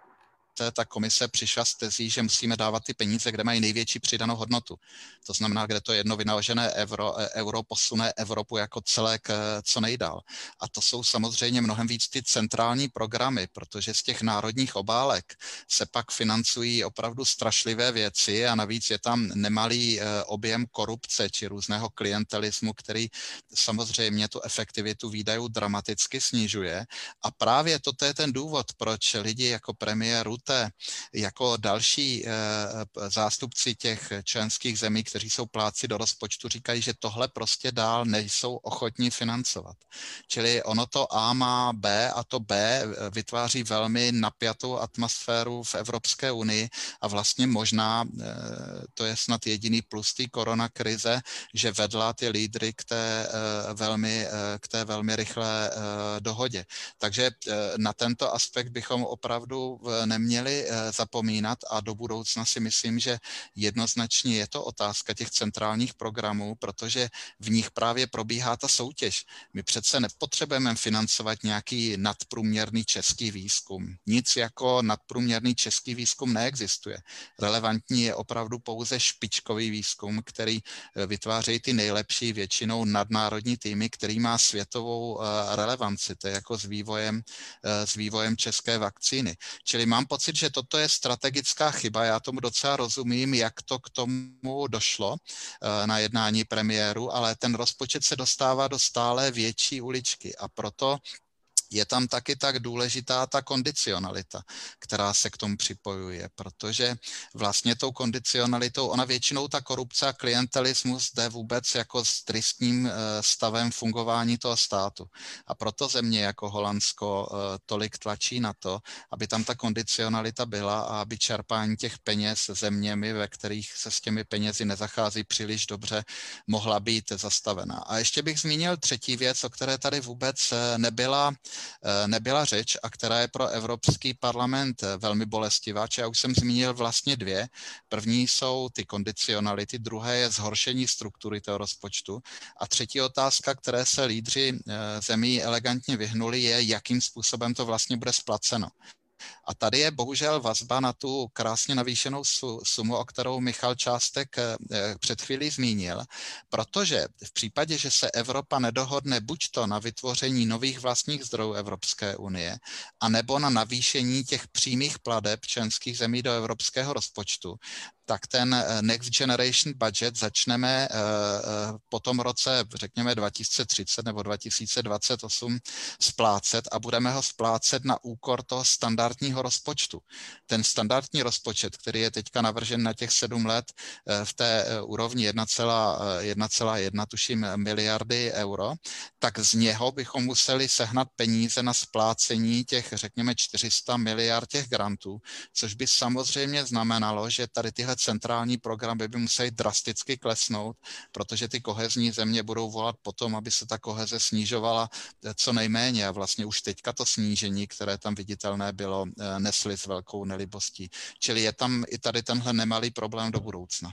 ta komise přišla s tezí, že musíme dávat ty peníze, kde mají největší přidanou hodnotu. To znamená, kde to jedno vynaložené euro, euro posune Evropu jako celek co nejdál. A to jsou samozřejmě mnohem víc ty centrální programy, protože z těch národních obálek se pak financují opravdu strašlivé věci a navíc je tam nemalý objem korupce či různého klientelismu, který samozřejmě tu efektivitu výdajů dramaticky snižuje. A právě toto je ten důvod, proč lidi jako premiér Rutte jako další zástupci těch členských zemí, kteří jsou plátci do rozpočtu, říkají, že tohle prostě dál nejsou ochotní financovat. Čili ono to A má B a to B vytváří velmi napjatou atmosféru v Evropské unii a vlastně možná to je snad jediný plus té koronakrize, že vedla ty lídry k té velmi, k té velmi rychlé dohodě. Takže na tento aspekt bychom opravdu neměli neměli zapomínat a do budoucna si myslím, že jednoznačně je to otázka těch centrálních programů, protože v nich právě probíhá ta soutěž. My přece nepotřebujeme financovat nějaký nadprůměrný český výzkum. Nic jako nadprůměrný český výzkum neexistuje. Relevantní je opravdu pouze špičkový výzkum, který vytvářejí ty nejlepší, většinou nadnárodní týmy, který má světovou relevanci. To je jako s vývojem, s vývojem české vakcíny. Čili mám pocit, že toto je strategická chyba. Já tomu docela rozumím, jak to k tomu došlo na jednání premiéru, ale ten rozpočet se dostává do stále větší uličky a proto je tam taky tak důležitá ta kondicionalita, která se k tomu připojuje, protože vlastně tou kondicionalitou, ona většinou ta korupce a klientelismus jde vůbec jako s tristním stavem fungování toho státu. A proto země jako Holandsko tolik tlačí na to, aby tam ta kondicionalita byla a aby čerpání těch peněz zeměmi, ve kterých se s těmi penězi nezachází příliš dobře, mohla být zastavená. A ještě bych zmínil třetí věc, o které tady vůbec nebyla nebyla řeč a která je pro Evropský parlament velmi bolestivá. Či já už jsem zmínil vlastně dvě. První jsou ty kondicionality, druhé je zhoršení struktury toho rozpočtu a třetí otázka, které se lídři zemí elegantně vyhnuli, je, jakým způsobem to vlastně bude splaceno. A tady je bohužel vazba na tu krásně navýšenou sumu, o kterou Michal Částek před chvílí zmínil, protože v případě, že se Evropa nedohodne buď to na vytvoření nových vlastních zdrojů Evropské unie, anebo na navýšení těch přímých plateb členských zemí do evropského rozpočtu, tak ten Next Generation Budget začneme po tom roce, řekněme dva tisíce třicet nebo dva tisíce dvacet osm splácet a budeme ho splácet na úkor toho standardního rozpočtu. Ten standardní rozpočet, který je teďka navržen na těch sedm let v té úrovni jedna celá jedna tuším miliardy euro, tak z něho bychom museli sehnat peníze na splácení těch, řekněme, čtyři sta miliard těch grantů, což by samozřejmě znamenalo, že tady tyhle centrální programy by musely drasticky klesnout, protože ty kohezní země budou volat potom, aby se ta koheze snižovala co nejméně a vlastně už teďka to snížení, které tam viditelné bylo, nesli s velkou nelibostí. Čili je tam i tady tenhle nemalý problém do budoucna.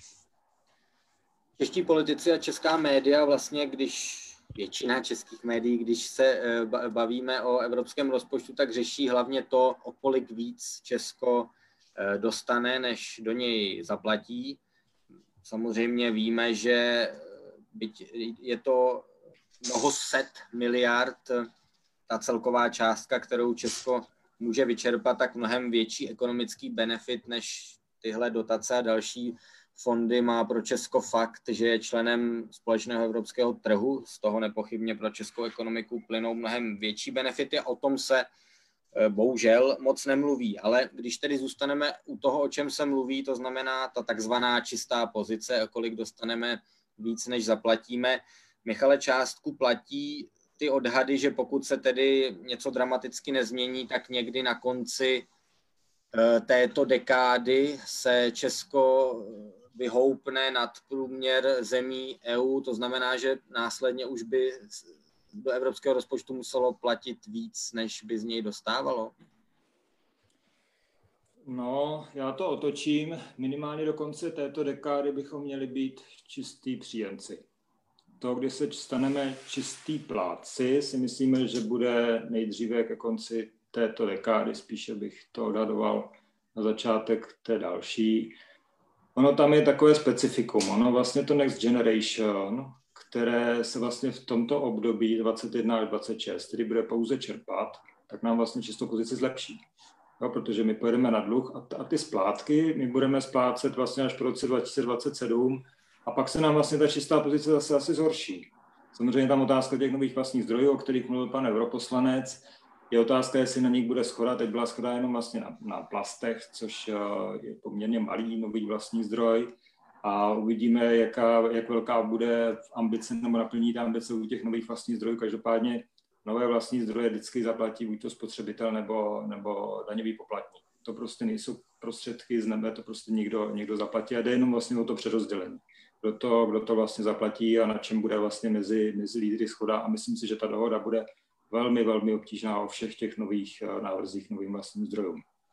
Čeští politici a česká média vlastně, když většina českých médií, když se bavíme o evropském rozpočtu, tak řeší hlavně to, o kolik víc Česko dostane, než do něj zaplatí. Samozřejmě víme, že byť je to mnoho set miliard, ta celková částka, kterou Česko může vyčerpat, tak mnohem větší ekonomický benefit než tyhle dotace a další fondy má pro Česko fakt, že je členem společného evropského trhu. Z toho nepochybně pro českou ekonomiku plynou mnohem větší benefity. O tom se bohužel moc nemluví, ale když tedy zůstaneme u toho, o čem se mluví, to znamená ta takzvaná čistá pozice, o kolik dostaneme víc, než zaplatíme. Michale, částku platí ty odhady, že pokud se tedy něco dramaticky nezmění, tak někdy na konci této dekády se Česko vyhoupne nad průměr zemí E U, to znamená, že následně už by do evropského rozpočtu muselo platit víc, než by z něj dostávalo? No, já to otočím. Minimálně do konce této dekády bychom měli být čistý příjemci. To, kdy se staneme čistý plátci, si myslíme, že bude nejdříve ke konci této dekády, spíše bych to odhadoval na začátek té další. Ono tam je takové specifikum. Ono vlastně to Next Generation, které se vlastně v tomto období dvacet jedna až dvacet šest, který bude pouze čerpat, tak nám vlastně čistou pozici zlepší. Jo, protože my pojedeme na dluh a, t- a ty splátky my budeme splácet vlastně až po roce dva tisíce dvacet sedm a pak se nám vlastně ta čistá pozice zase asi zhorší. Samozřejmě tam otázka těch nových vlastních zdrojů, o kterých mluvil pan europoslanec, je otázka, jestli na nich bude schoda. Teď byla schoda jenom vlastně na, na plastech, což je poměrně malý nový vlastní zdroj. A uvidíme, jaká, jak velká bude ambice nebo naplní ta ambice u těch nových vlastních zdrojů. Každopádně nové vlastní zdroje vždycky zaplatí buď to spotřebitel nebo, nebo daňový poplatník. To prostě nejsou prostředky z nebe, to prostě někdo, někdo zaplatí a jde jenom vlastně o to přerozdělení. Kdo to, kdo to vlastně zaplatí a na čem bude vlastně mezi, mezi lídry shoda. A myslím si, že ta dohoda bude velmi, velmi obtížná o všech těch nových návrzích, novým vlastním zdrojům.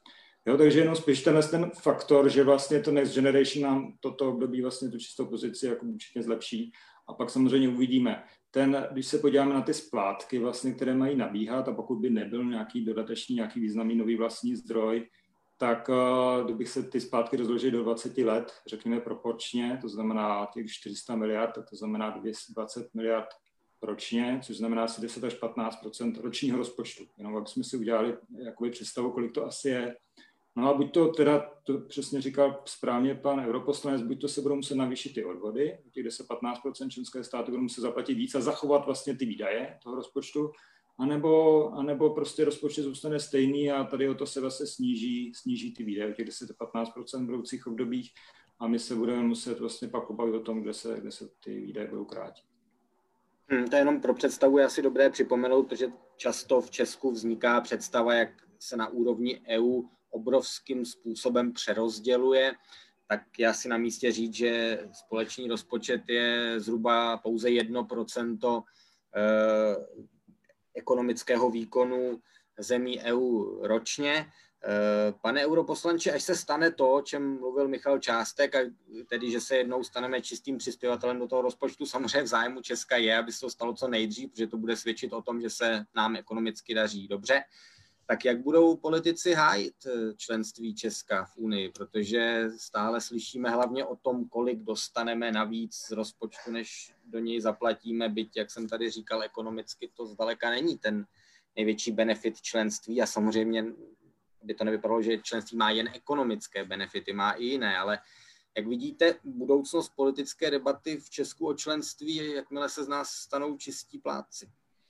Jo, takže jenom spíš tenhle ten faktor, že vlastně to Next Generation nám toto období vlastně tu čistou pozici jako určitě zlepší. A pak samozřejmě uvidíme. Ten, když se podíváme na ty splátky, vlastně, které mají nabíhat, a pokud by nebyl nějaký dodatečný, nějaký významný nový vlastní zdroj, tak kdybych se ty splátky rozložily do dvacet let, řekněme proporčně, to znamená těch čtyři sta miliard, tak to znamená dvě stě dvacet miliard ročně, což znamená asi deset až patnáct procent ročního rozpočtu. Jenom aby jsme si udělali jakoby představu, kolik to asi je. No a buď to teda, to přesně říkal správně pan europoslanec, buď to se budou muset navýšit ty odvody, těch deset až patnáct procent členské státy budou muset zaplatit víc a zachovat vlastně ty výdaje toho rozpočtu, anebo, anebo prostě rozpočet zůstane stejný a tady o to se vlastně sníží, sníží ty výdaje, těch deset až patnáct procent v budoucích obdobích a my se budeme muset vlastně pak obavit o tom, kde se, kde se ty výdaje budou krátit. Hmm, to je jenom pro představu, je asi dobré připomenout, protože často v Česku vzniká představa, jak se na úrovni E U obrovským způsobem přerozděluje, tak já si na místě říct, že společný rozpočet je zhruba pouze jedno procento eh, ekonomického výkonu zemí E U ročně. Eh, pane europoslanče, až se stane to, o čem mluvil Michal Částek, a tedy, že se jednou staneme čistým přispěvatelem do toho rozpočtu, samozřejmě v zájmu Česka je, aby se to stalo co nejdřív, protože to bude svědčit o tom, že se nám ekonomicky daří dobře. Tak jak budou politici hájit členství Česka v Unii, protože stále slyšíme hlavně o tom, kolik dostaneme navíc z rozpočtu, než do něj zaplatíme, byť, jak jsem tady říkal, ekonomicky to zdaleka není ten největší benefit členství a samozřejmě by to nevypadalo, že členství má jen ekonomické benefity, má i jiné, ale jak vidíte, budoucnost politické debaty v Česku o členství, jakmile se z nás stanou čistí plátci?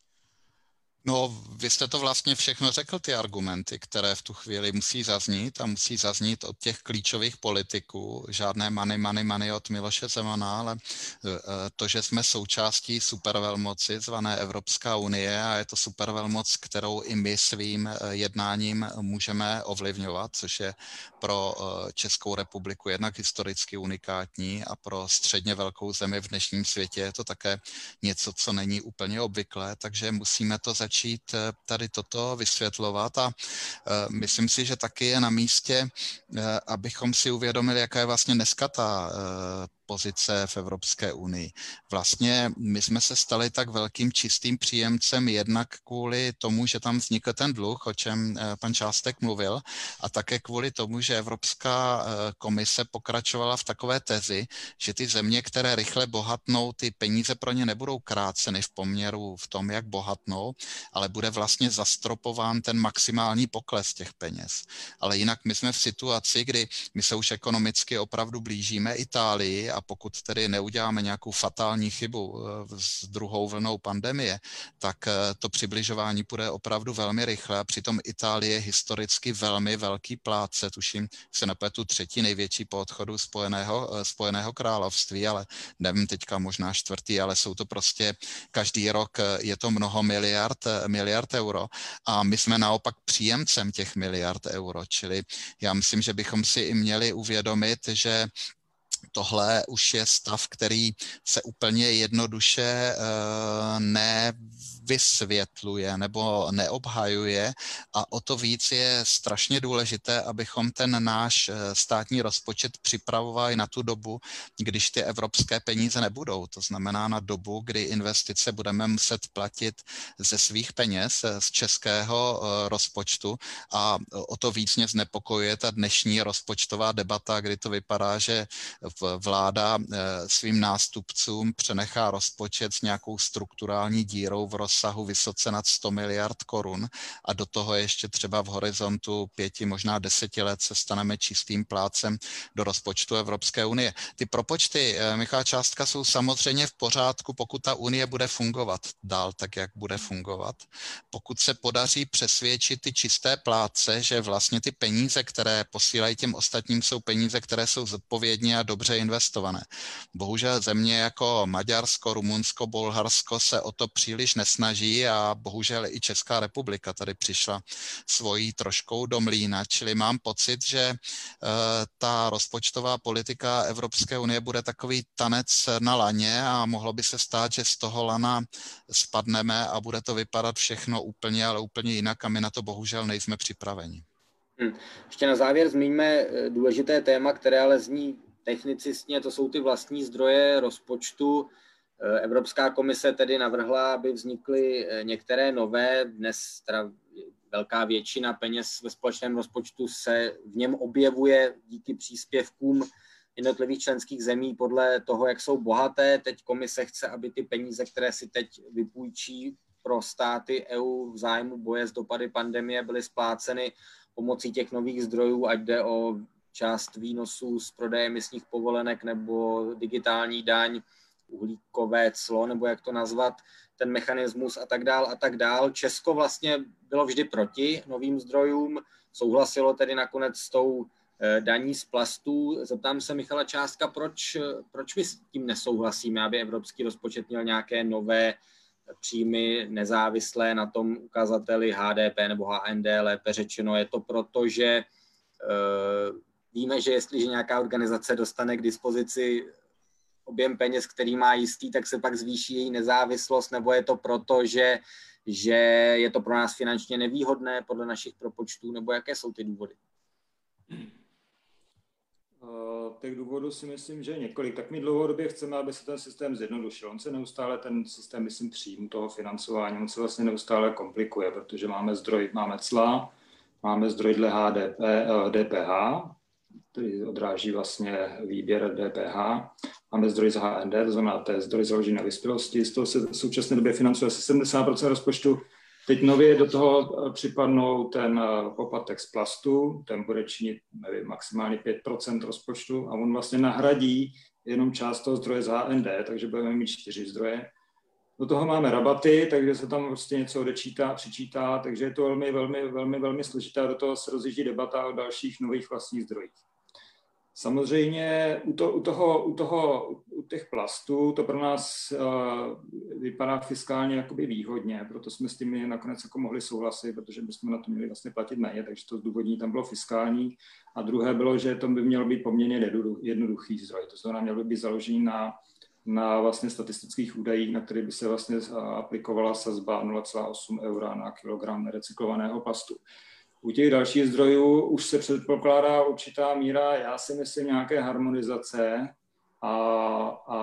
No, vy jste to vlastně všechno řekl, ty argumenty, které v tu chvíli musí zaznít a musí zaznít od těch klíčových politiků. Žádné money, money, money od Miloše Zemana, ale to, že jsme součástí supervelmoci zvané Evropská unie a je to supervelmoc, kterou i my svým jednáním můžeme ovlivňovat, což je pro Českou republiku jednak historicky unikátní a pro středně velkou zemi v dnešním světě je to také něco, co není úplně obvyklé, takže musíme to začít začít tady toto vysvětlovat a myslím si, že taky je na místě, abychom si uvědomili, jaká je vlastně dneska ta pozice v Evropské unii. Vlastně my jsme se stali tak velkým čistým příjemcem jednak kvůli tomu, že tam vznikl ten dluh, o čem pan Částek mluvil, a také kvůli tomu, že Evropská komise pokračovala v takové tezi, že ty země, které rychle bohatnou, ty peníze pro ně nebudou kráceny v poměru v tom, jak bohatnou, ale bude vlastně zastropován ten maximální pokles těch peněz. Ale jinak my jsme v situaci, kdy my se už ekonomicky opravdu blížíme Itálii a pokud tedy neuděláme nějakou fatální chybu s druhou vlnou pandemie, tak to přibližování půjde opravdu velmi rychle a přitom Itálie je historicky velmi velký plátce, tuším, se nepletu třetí největší po odchodu Spojeného, Spojeného království, ale nevím teďka možná čtvrtý, ale jsou to prostě každý rok je to mnoho miliard, miliard euro a my jsme naopak příjemcem těch miliard euro, čili já myslím, že bychom si i měli uvědomit, že tohle už je stav, který se úplně jednoduše uh, nevysvětluje nebo neobhajuje a o to víc je strašně důležité, abychom ten náš státní rozpočet připravovali na tu dobu, když ty evropské peníze nebudou. To znamená na dobu, kdy investice budeme muset platit ze svých peněz, z českého uh, rozpočtu a o to víc mě znepokojuje ta dnešní rozpočtová debata, kdy to vypadá, že vláda svým nástupcům přenechá rozpočet s nějakou strukturální dírou v rozsahu vysoce nad sto miliard korun a do toho ještě třeba v horizontu pěti, možná deseti let se staneme čistým plátcem do rozpočtu Evropské unie. Ty propočty, Michal Částka, jsou samozřejmě v pořádku, pokud ta unie bude fungovat dál tak, jak bude fungovat. Pokud se podaří přesvědčit ty čisté plátce, že vlastně ty peníze, které posílají těm ostatním, jsou peníze, které jsou zodpovědně a dobře investované. Bohužel země jako Maďarsko, Rumunsko, Bulharsko se o to příliš nesnaží a bohužel i Česká republika tady přišla svojí troškou do mlýna, čili mám pocit, že uh, ta rozpočtová politika Evropské unie bude takový tanec na laně a mohlo by se stát, že z toho lana spadneme a bude to vypadat všechno úplně, ale úplně jinak a my na to bohužel nejsme připraveni. Hmm. Ještě na závěr zmíníme důležité téma, které ale zní technicistně, to jsou ty vlastní zdroje rozpočtu. Evropská komise tedy navrhla, aby vznikly některé nové, dnes teda velká většina peněz ve společném rozpočtu se v něm objevuje díky příspěvkům jednotlivých členských zemí podle toho, jak jsou bohaté. Teď komise chce, aby ty peníze, které si teď vypůjčí pro státy E U v zájmu boje s dopady pandemie, byly spláceny pomocí těch nových zdrojů, ať jde o část výnosů z prodeje emisních povolenek nebo digitální daň, uhlíkové clo, nebo jak to nazvat, ten mechanismus a tak dál a tak dál. Česko vlastně bylo vždy proti novým zdrojům, souhlasilo tedy nakonec s tou daní z plastů. Zeptám se Michala Částka, proč, proč my s tím nesouhlasíme, aby evropský rozpočet měl nějaké nové příjmy nezávislé na tom ukazateli H D P nebo H N D, lépe řečeno. Je to proto, že uh, víme, že jestliže nějaká organizace dostane k dispozici objem peněz, který má jistý, tak se pak zvýší její nezávislost, nebo je to proto, že, že je to pro nás finančně nevýhodné podle našich propočtů, nebo jaké jsou ty důvody? Těch důvodů si myslím, že několik. Tak my dlouhodobě chceme, aby se ten systém zjednodušil. On se neustále, ten systém, myslím, příjmu toho financování, on se vlastně neustále komplikuje, protože máme zdroj, máme cla, máme zdroj dle H D P, D P H, který odráží vlastně výběr D P H, máme zdroj z H N D, to znamená, to je zdroj založený na vyspělosti, z toho se v současné době financuje asi sedmdesát procent rozpočtu. Teď nově do toho připadnou ten poplatek z plastu, ten bude činit, nevím, maximálně pět procent rozpočtu a on vlastně nahradí jenom část toho zdroje z H N D, takže budeme mít čtyři zdroje. Do toho máme rabaty, takže se tam prostě něco odečítá, přičítá, takže je to velmi, velmi, velmi, velmi složité. Do toho se rozjíždí debata o dalších nových vlastních zdrojích. Samozřejmě u, to, u, toho, u, toho, u těch plastů to pro nás uh, vypadá fiskálně jakoby výhodně, proto jsme s tím nakonec jako mohli souhlasit, protože bychom na to měli vlastně platit méně, takže to zdůvodnění tam bylo fiskální. A druhé bylo, že to by mělo být poměrně jednoduchý zdroj, to znamená, mělo by být založený na, na vlastně statistických údajích, na které by se vlastně aplikovala sazba nula celá osm eura na kilogram nerecyklovaného plastu. U těch dalších zdrojů už se předpokládá určitá míra, já si myslím, nějaké harmonizace a, a,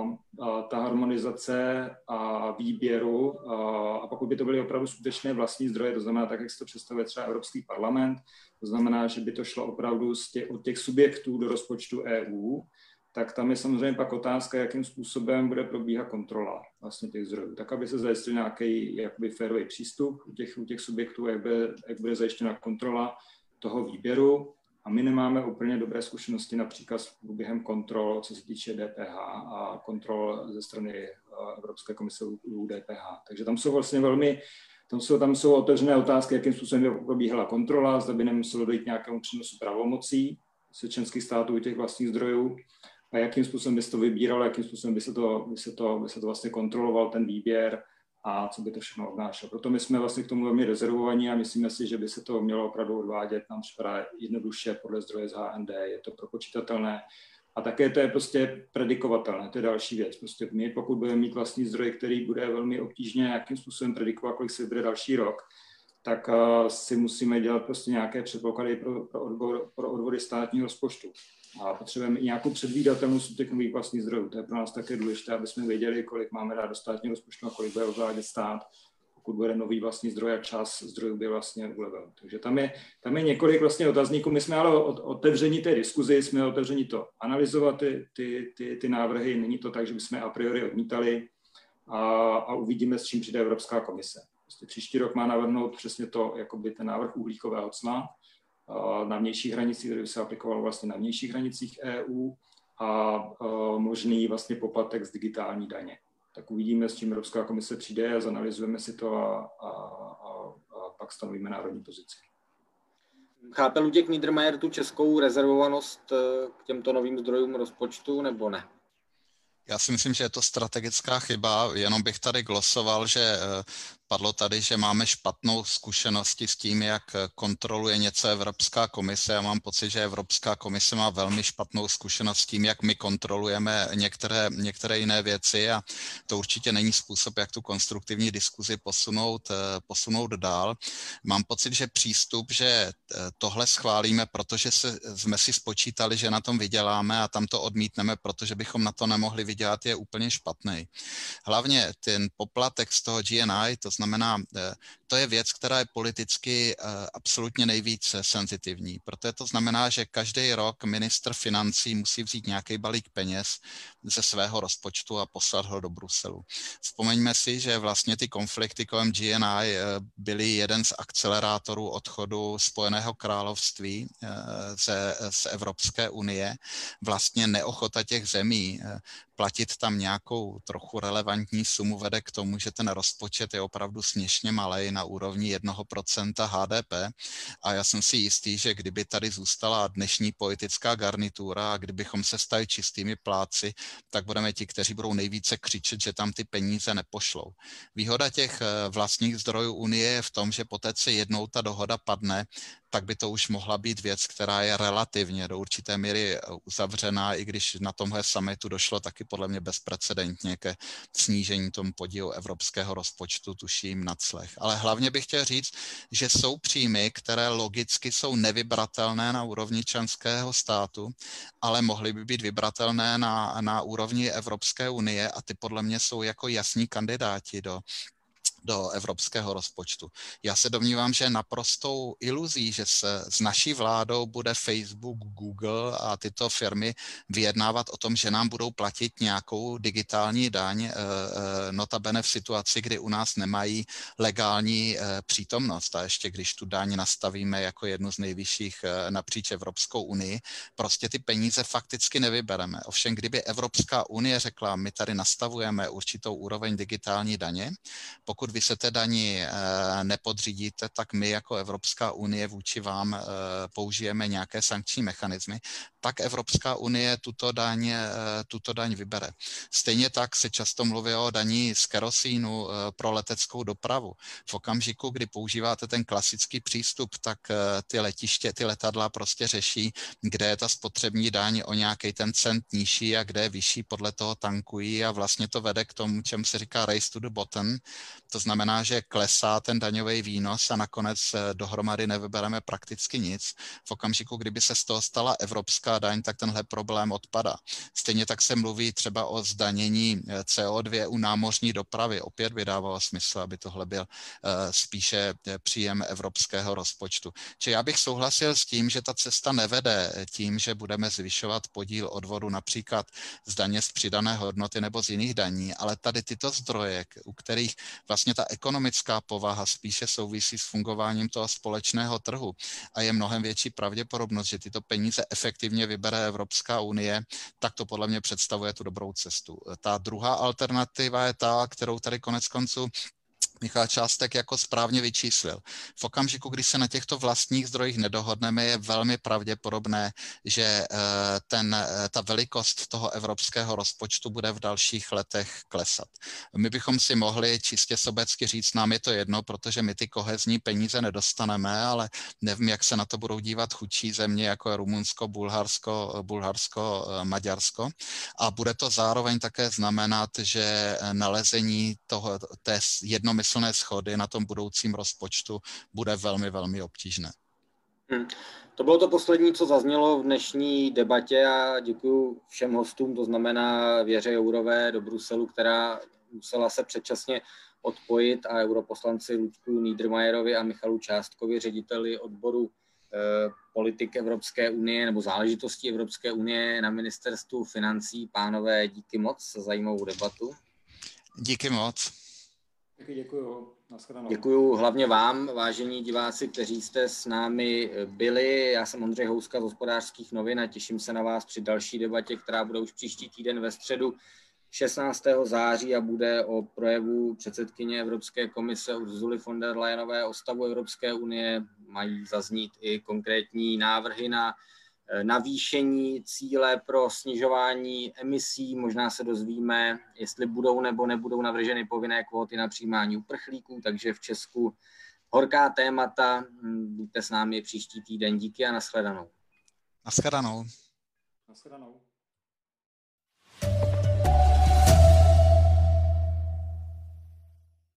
a ta harmonizace a výběru a, a pokud by to byly opravdu skutečné vlastní zdroje, to znamená tak, jak se to představuje třeba Evropský parlament, to znamená, že by to šlo opravdu z těch, od těch subjektů do rozpočtu E U, tak tam je samozřejmě pak otázka, jakým způsobem bude probíhat kontrola vlastně těch zdrojů, tak aby se zajistil nějaký jakoby férový přístup u těch, u těch subjektů, jak bude, jak bude zajištěna kontrola toho výběru. A my nemáme úplně dobré zkušenosti například s během kontrol, co se týče D P H a kontrol ze strany Evropské komise u D P H. Takže tam jsou vlastně velmi, tam jsou, tam jsou otevřené otázky, jakým způsobem by probíhala kontrola, zda by nemuselo dojít nějakému přenosu pravomocí z členských států u těch vlastních zdrojů. A jakým způsobem by se to vybíralo, jakým způsobem by se to, by se to, by se to vlastně kontroloval ten výběr a co by to všechno obnášelo. Proto my jsme vlastně k tomu velmi rezervovaní a myslíme si, že by se to mělo opravdu odvádět, nám připadá jednoduše podle zdroje z H N D, je to propočítatelné a také to je prostě predikovatelné, to je další věc. Prostě my, pokud budeme mít vlastní zdroj, který bude velmi obtížně nějakým způsobem predikovat, kolik se vybude další rok, tak uh, si musíme dělat prostě nějaké předpoklady pro, pro, odbor, pro odvody státního rozpočtu. A potřebujeme i nějakou předvídatelnost těch nových vlastních zdrojů. To je pro nás také důležité, aby jsme věděli, kolik máme dát do státního rozpočtu a kolik bude odvádět stát, pokud bude nový vlastní zdroj a čas zdrojů by vlastně ulevil. Takže tam je, tam je několik vlastně otazníků. My jsme ale otevření té diskuzi, jsme otevření to analyzovat ty, ty, ty, ty návrhy. Není to tak, že bychom a priori odmítali a, a uvidíme, s čím přijde Evropská komise. Prostě příští rok má navrhnout přesně to, jakoby ten návrh uhlíkového cla na vnějších hranicích, který by se aplikoval vlastně na vnějších hranicích E U a možný vlastně poplatek z digitální daně. Tak uvidíme, s čím Evropská komise přijde a zanalizujeme si to a, a, a, a pak stanovíme národní pozici. Chápe Luděk Niedermayer tu českou rezervovanost k těmto novým zdrojům rozpočtu nebo ne? Já si myslím, že je to strategická chyba, jenom bych tady glosoval, že padlo tady, že máme špatnou zkušenosti s tím, jak kontroluje něco Evropská komise. Já mám pocit, že Evropská komise má velmi špatnou zkušenost s tím, jak my kontrolujeme některé, některé jiné věci a to určitě není způsob, jak tu konstruktivní diskuzi posunout, posunout dál. Mám pocit, že přístup, že tohle schválíme, protože se, jsme si spočítali, že na tom vyděláme a tam to odmítneme, protože bychom na to nemohli vydělat, je úplně špatný. Hlavně ten poplatek z toho G N I, to znamená, to je věc, která je politicky absolutně nejvíce senzitivní, protože to znamená, že každý rok ministr financí musí vzít nějaký balík peněz ze svého rozpočtu a poslat ho do Bruselu. Vzpomeňme si, že vlastně ty konflikty kolem G N I byly jeden z akcelerátorů odchodu Spojeného království ze, z Evropské unie. Vlastně neochota těch zemí platit tam nějakou trochu relevantní sumu vede k tomu, že ten rozpočet je opravdu směšně malej na úrovni jednoho procenta H D P a já jsem si jistý, že kdyby tady zůstala dnešní politická garnitura a kdybychom se stali čistými plátci, tak budeme ti, kteří budou nejvíce křičet, že tam ty peníze nepošlou. Výhoda těch vlastních zdrojů Unie je v tom, že poté, co jednou ta dohoda padne, tak by to už mohla být věc, která je relativně do určité míry uzavřená, i když na tomhle summitu došlo taky podle mě bezprecedentně ke snížení tomu podílu evropského rozpočtu, tuším na clech. Ale hlavně bych chtěl říct, že jsou příjmy, které logicky jsou nevybratelné na úrovni členského státu, ale mohly by být vybratelné na, na úrovni Evropské unie a ty podle mě jsou jako jasní kandidáti do do evropského rozpočtu. Já se domnívám, že je naprostou iluzí, že se s naší vládou bude Facebook, Google a tyto firmy vyjednávat o tom, že nám budou platit nějakou digitální daň, notabene v situaci, kdy u nás nemají legální přítomnost. A ještě když tu daň nastavíme jako jednu z nejvyšších napříč Evropskou unii, prostě ty peníze fakticky nevybereme. Ovšem, kdyby Evropská unie řekla, my tady nastavujeme určitou úroveň digitální daně, pokud vy se té dani nepodřídíte, tak my jako Evropská unie vůči vám použijeme nějaké sankční mechanismy, tak Evropská unie tuto daň, tuto daň vybere. Stejně tak se často mluví o daní z kerosínu pro leteckou dopravu. V okamžiku, kdy používáte ten klasický přístup, tak ty letiště, ty letadla prostě řeší, kde je ta spotřební daň o nějaký ten cent nižší a kde je vyšší, podle toho tankují a vlastně to vede k tomu, čemu se říká race to the bottom. To znamená, že klesá ten daňový výnos a nakonec dohromady nevybereme prakticky nic. V okamžiku, kdyby se z toho stala evropská daň, tak tenhle problém odpadá. Stejně tak se mluví třeba o zdanění C O dva u námořní dopravy. Opět by dávalo smysl, aby tohle byl spíše příjem evropského rozpočtu. Čiže já bych souhlasil s tím, že ta cesta nevede tím, že budeme zvyšovat podíl odvodu například z daně z přidané hodnoty nebo z jiných daní, ale tady tyto zdroje, u kterých vlastně ta ekonomická povaha spíše souvisí s fungováním toho společného trhu a je mnohem větší pravděpodobnost, že tyto peníze efektivně vybere Evropská unie, tak to podle mě představuje tu dobrou cestu. Ta druhá alternativa je ta, kterou tady konec konců Michal Částek jako správně vyčíslil. V okamžiku, kdy se na těchto vlastních zdrojích nedohodneme, je velmi pravděpodobné, že ten, ta velikost toho evropského rozpočtu bude v dalších letech klesat. My bychom si mohli čistě sobecky říct, nám je to jedno, protože my ty kohezní peníze nedostaneme, ale nevím, jak se na to budou dívat chudší země, jako je Rumunsko, Bulharsko, Bulharsko, Maďarsko. A bude to zároveň také znamenat, že nalezení toho, té jednomyslné silné schody na tom budoucím rozpočtu bude velmi, velmi obtížné. Hmm. To bylo to poslední, co zaznělo v dnešní debatě a děkuji všem hostům, to znamená Věře Jourové do Bruselu, která musela se předčasně odpojit, a europoslanci Luďku Niedermayerovi a Michalu Částkovi, řediteli odboru eh, politik Evropské unie nebo záležitostí Evropské unie na ministerstvu financí. Pánové, díky moc za zajímavou debatu. Díky moc. Taky děkuju. Naschledanou. Děkuju hlavně vám, vážení diváci, kteří jste s námi byli. Já jsem Ondřej Houska z Hospodářských novin a těším se na vás při další debatě, která bude už příští týden ve středu šestnáctého září a bude o projevu předsedkyně Evropské komise Ursuly von der Leyenové o stavu Evropské unie. Mají zaznít i konkrétní návrhy na navýšení cíle pro snižování emisí. Možná se dozvíme, jestli budou nebo nebudou navrženy povinné kvóty na přijímání uprchlíků, takže v Česku horká témata. Buďte s námi příští týden. Díky a nashledanou. Nashledanou. Nashledanou.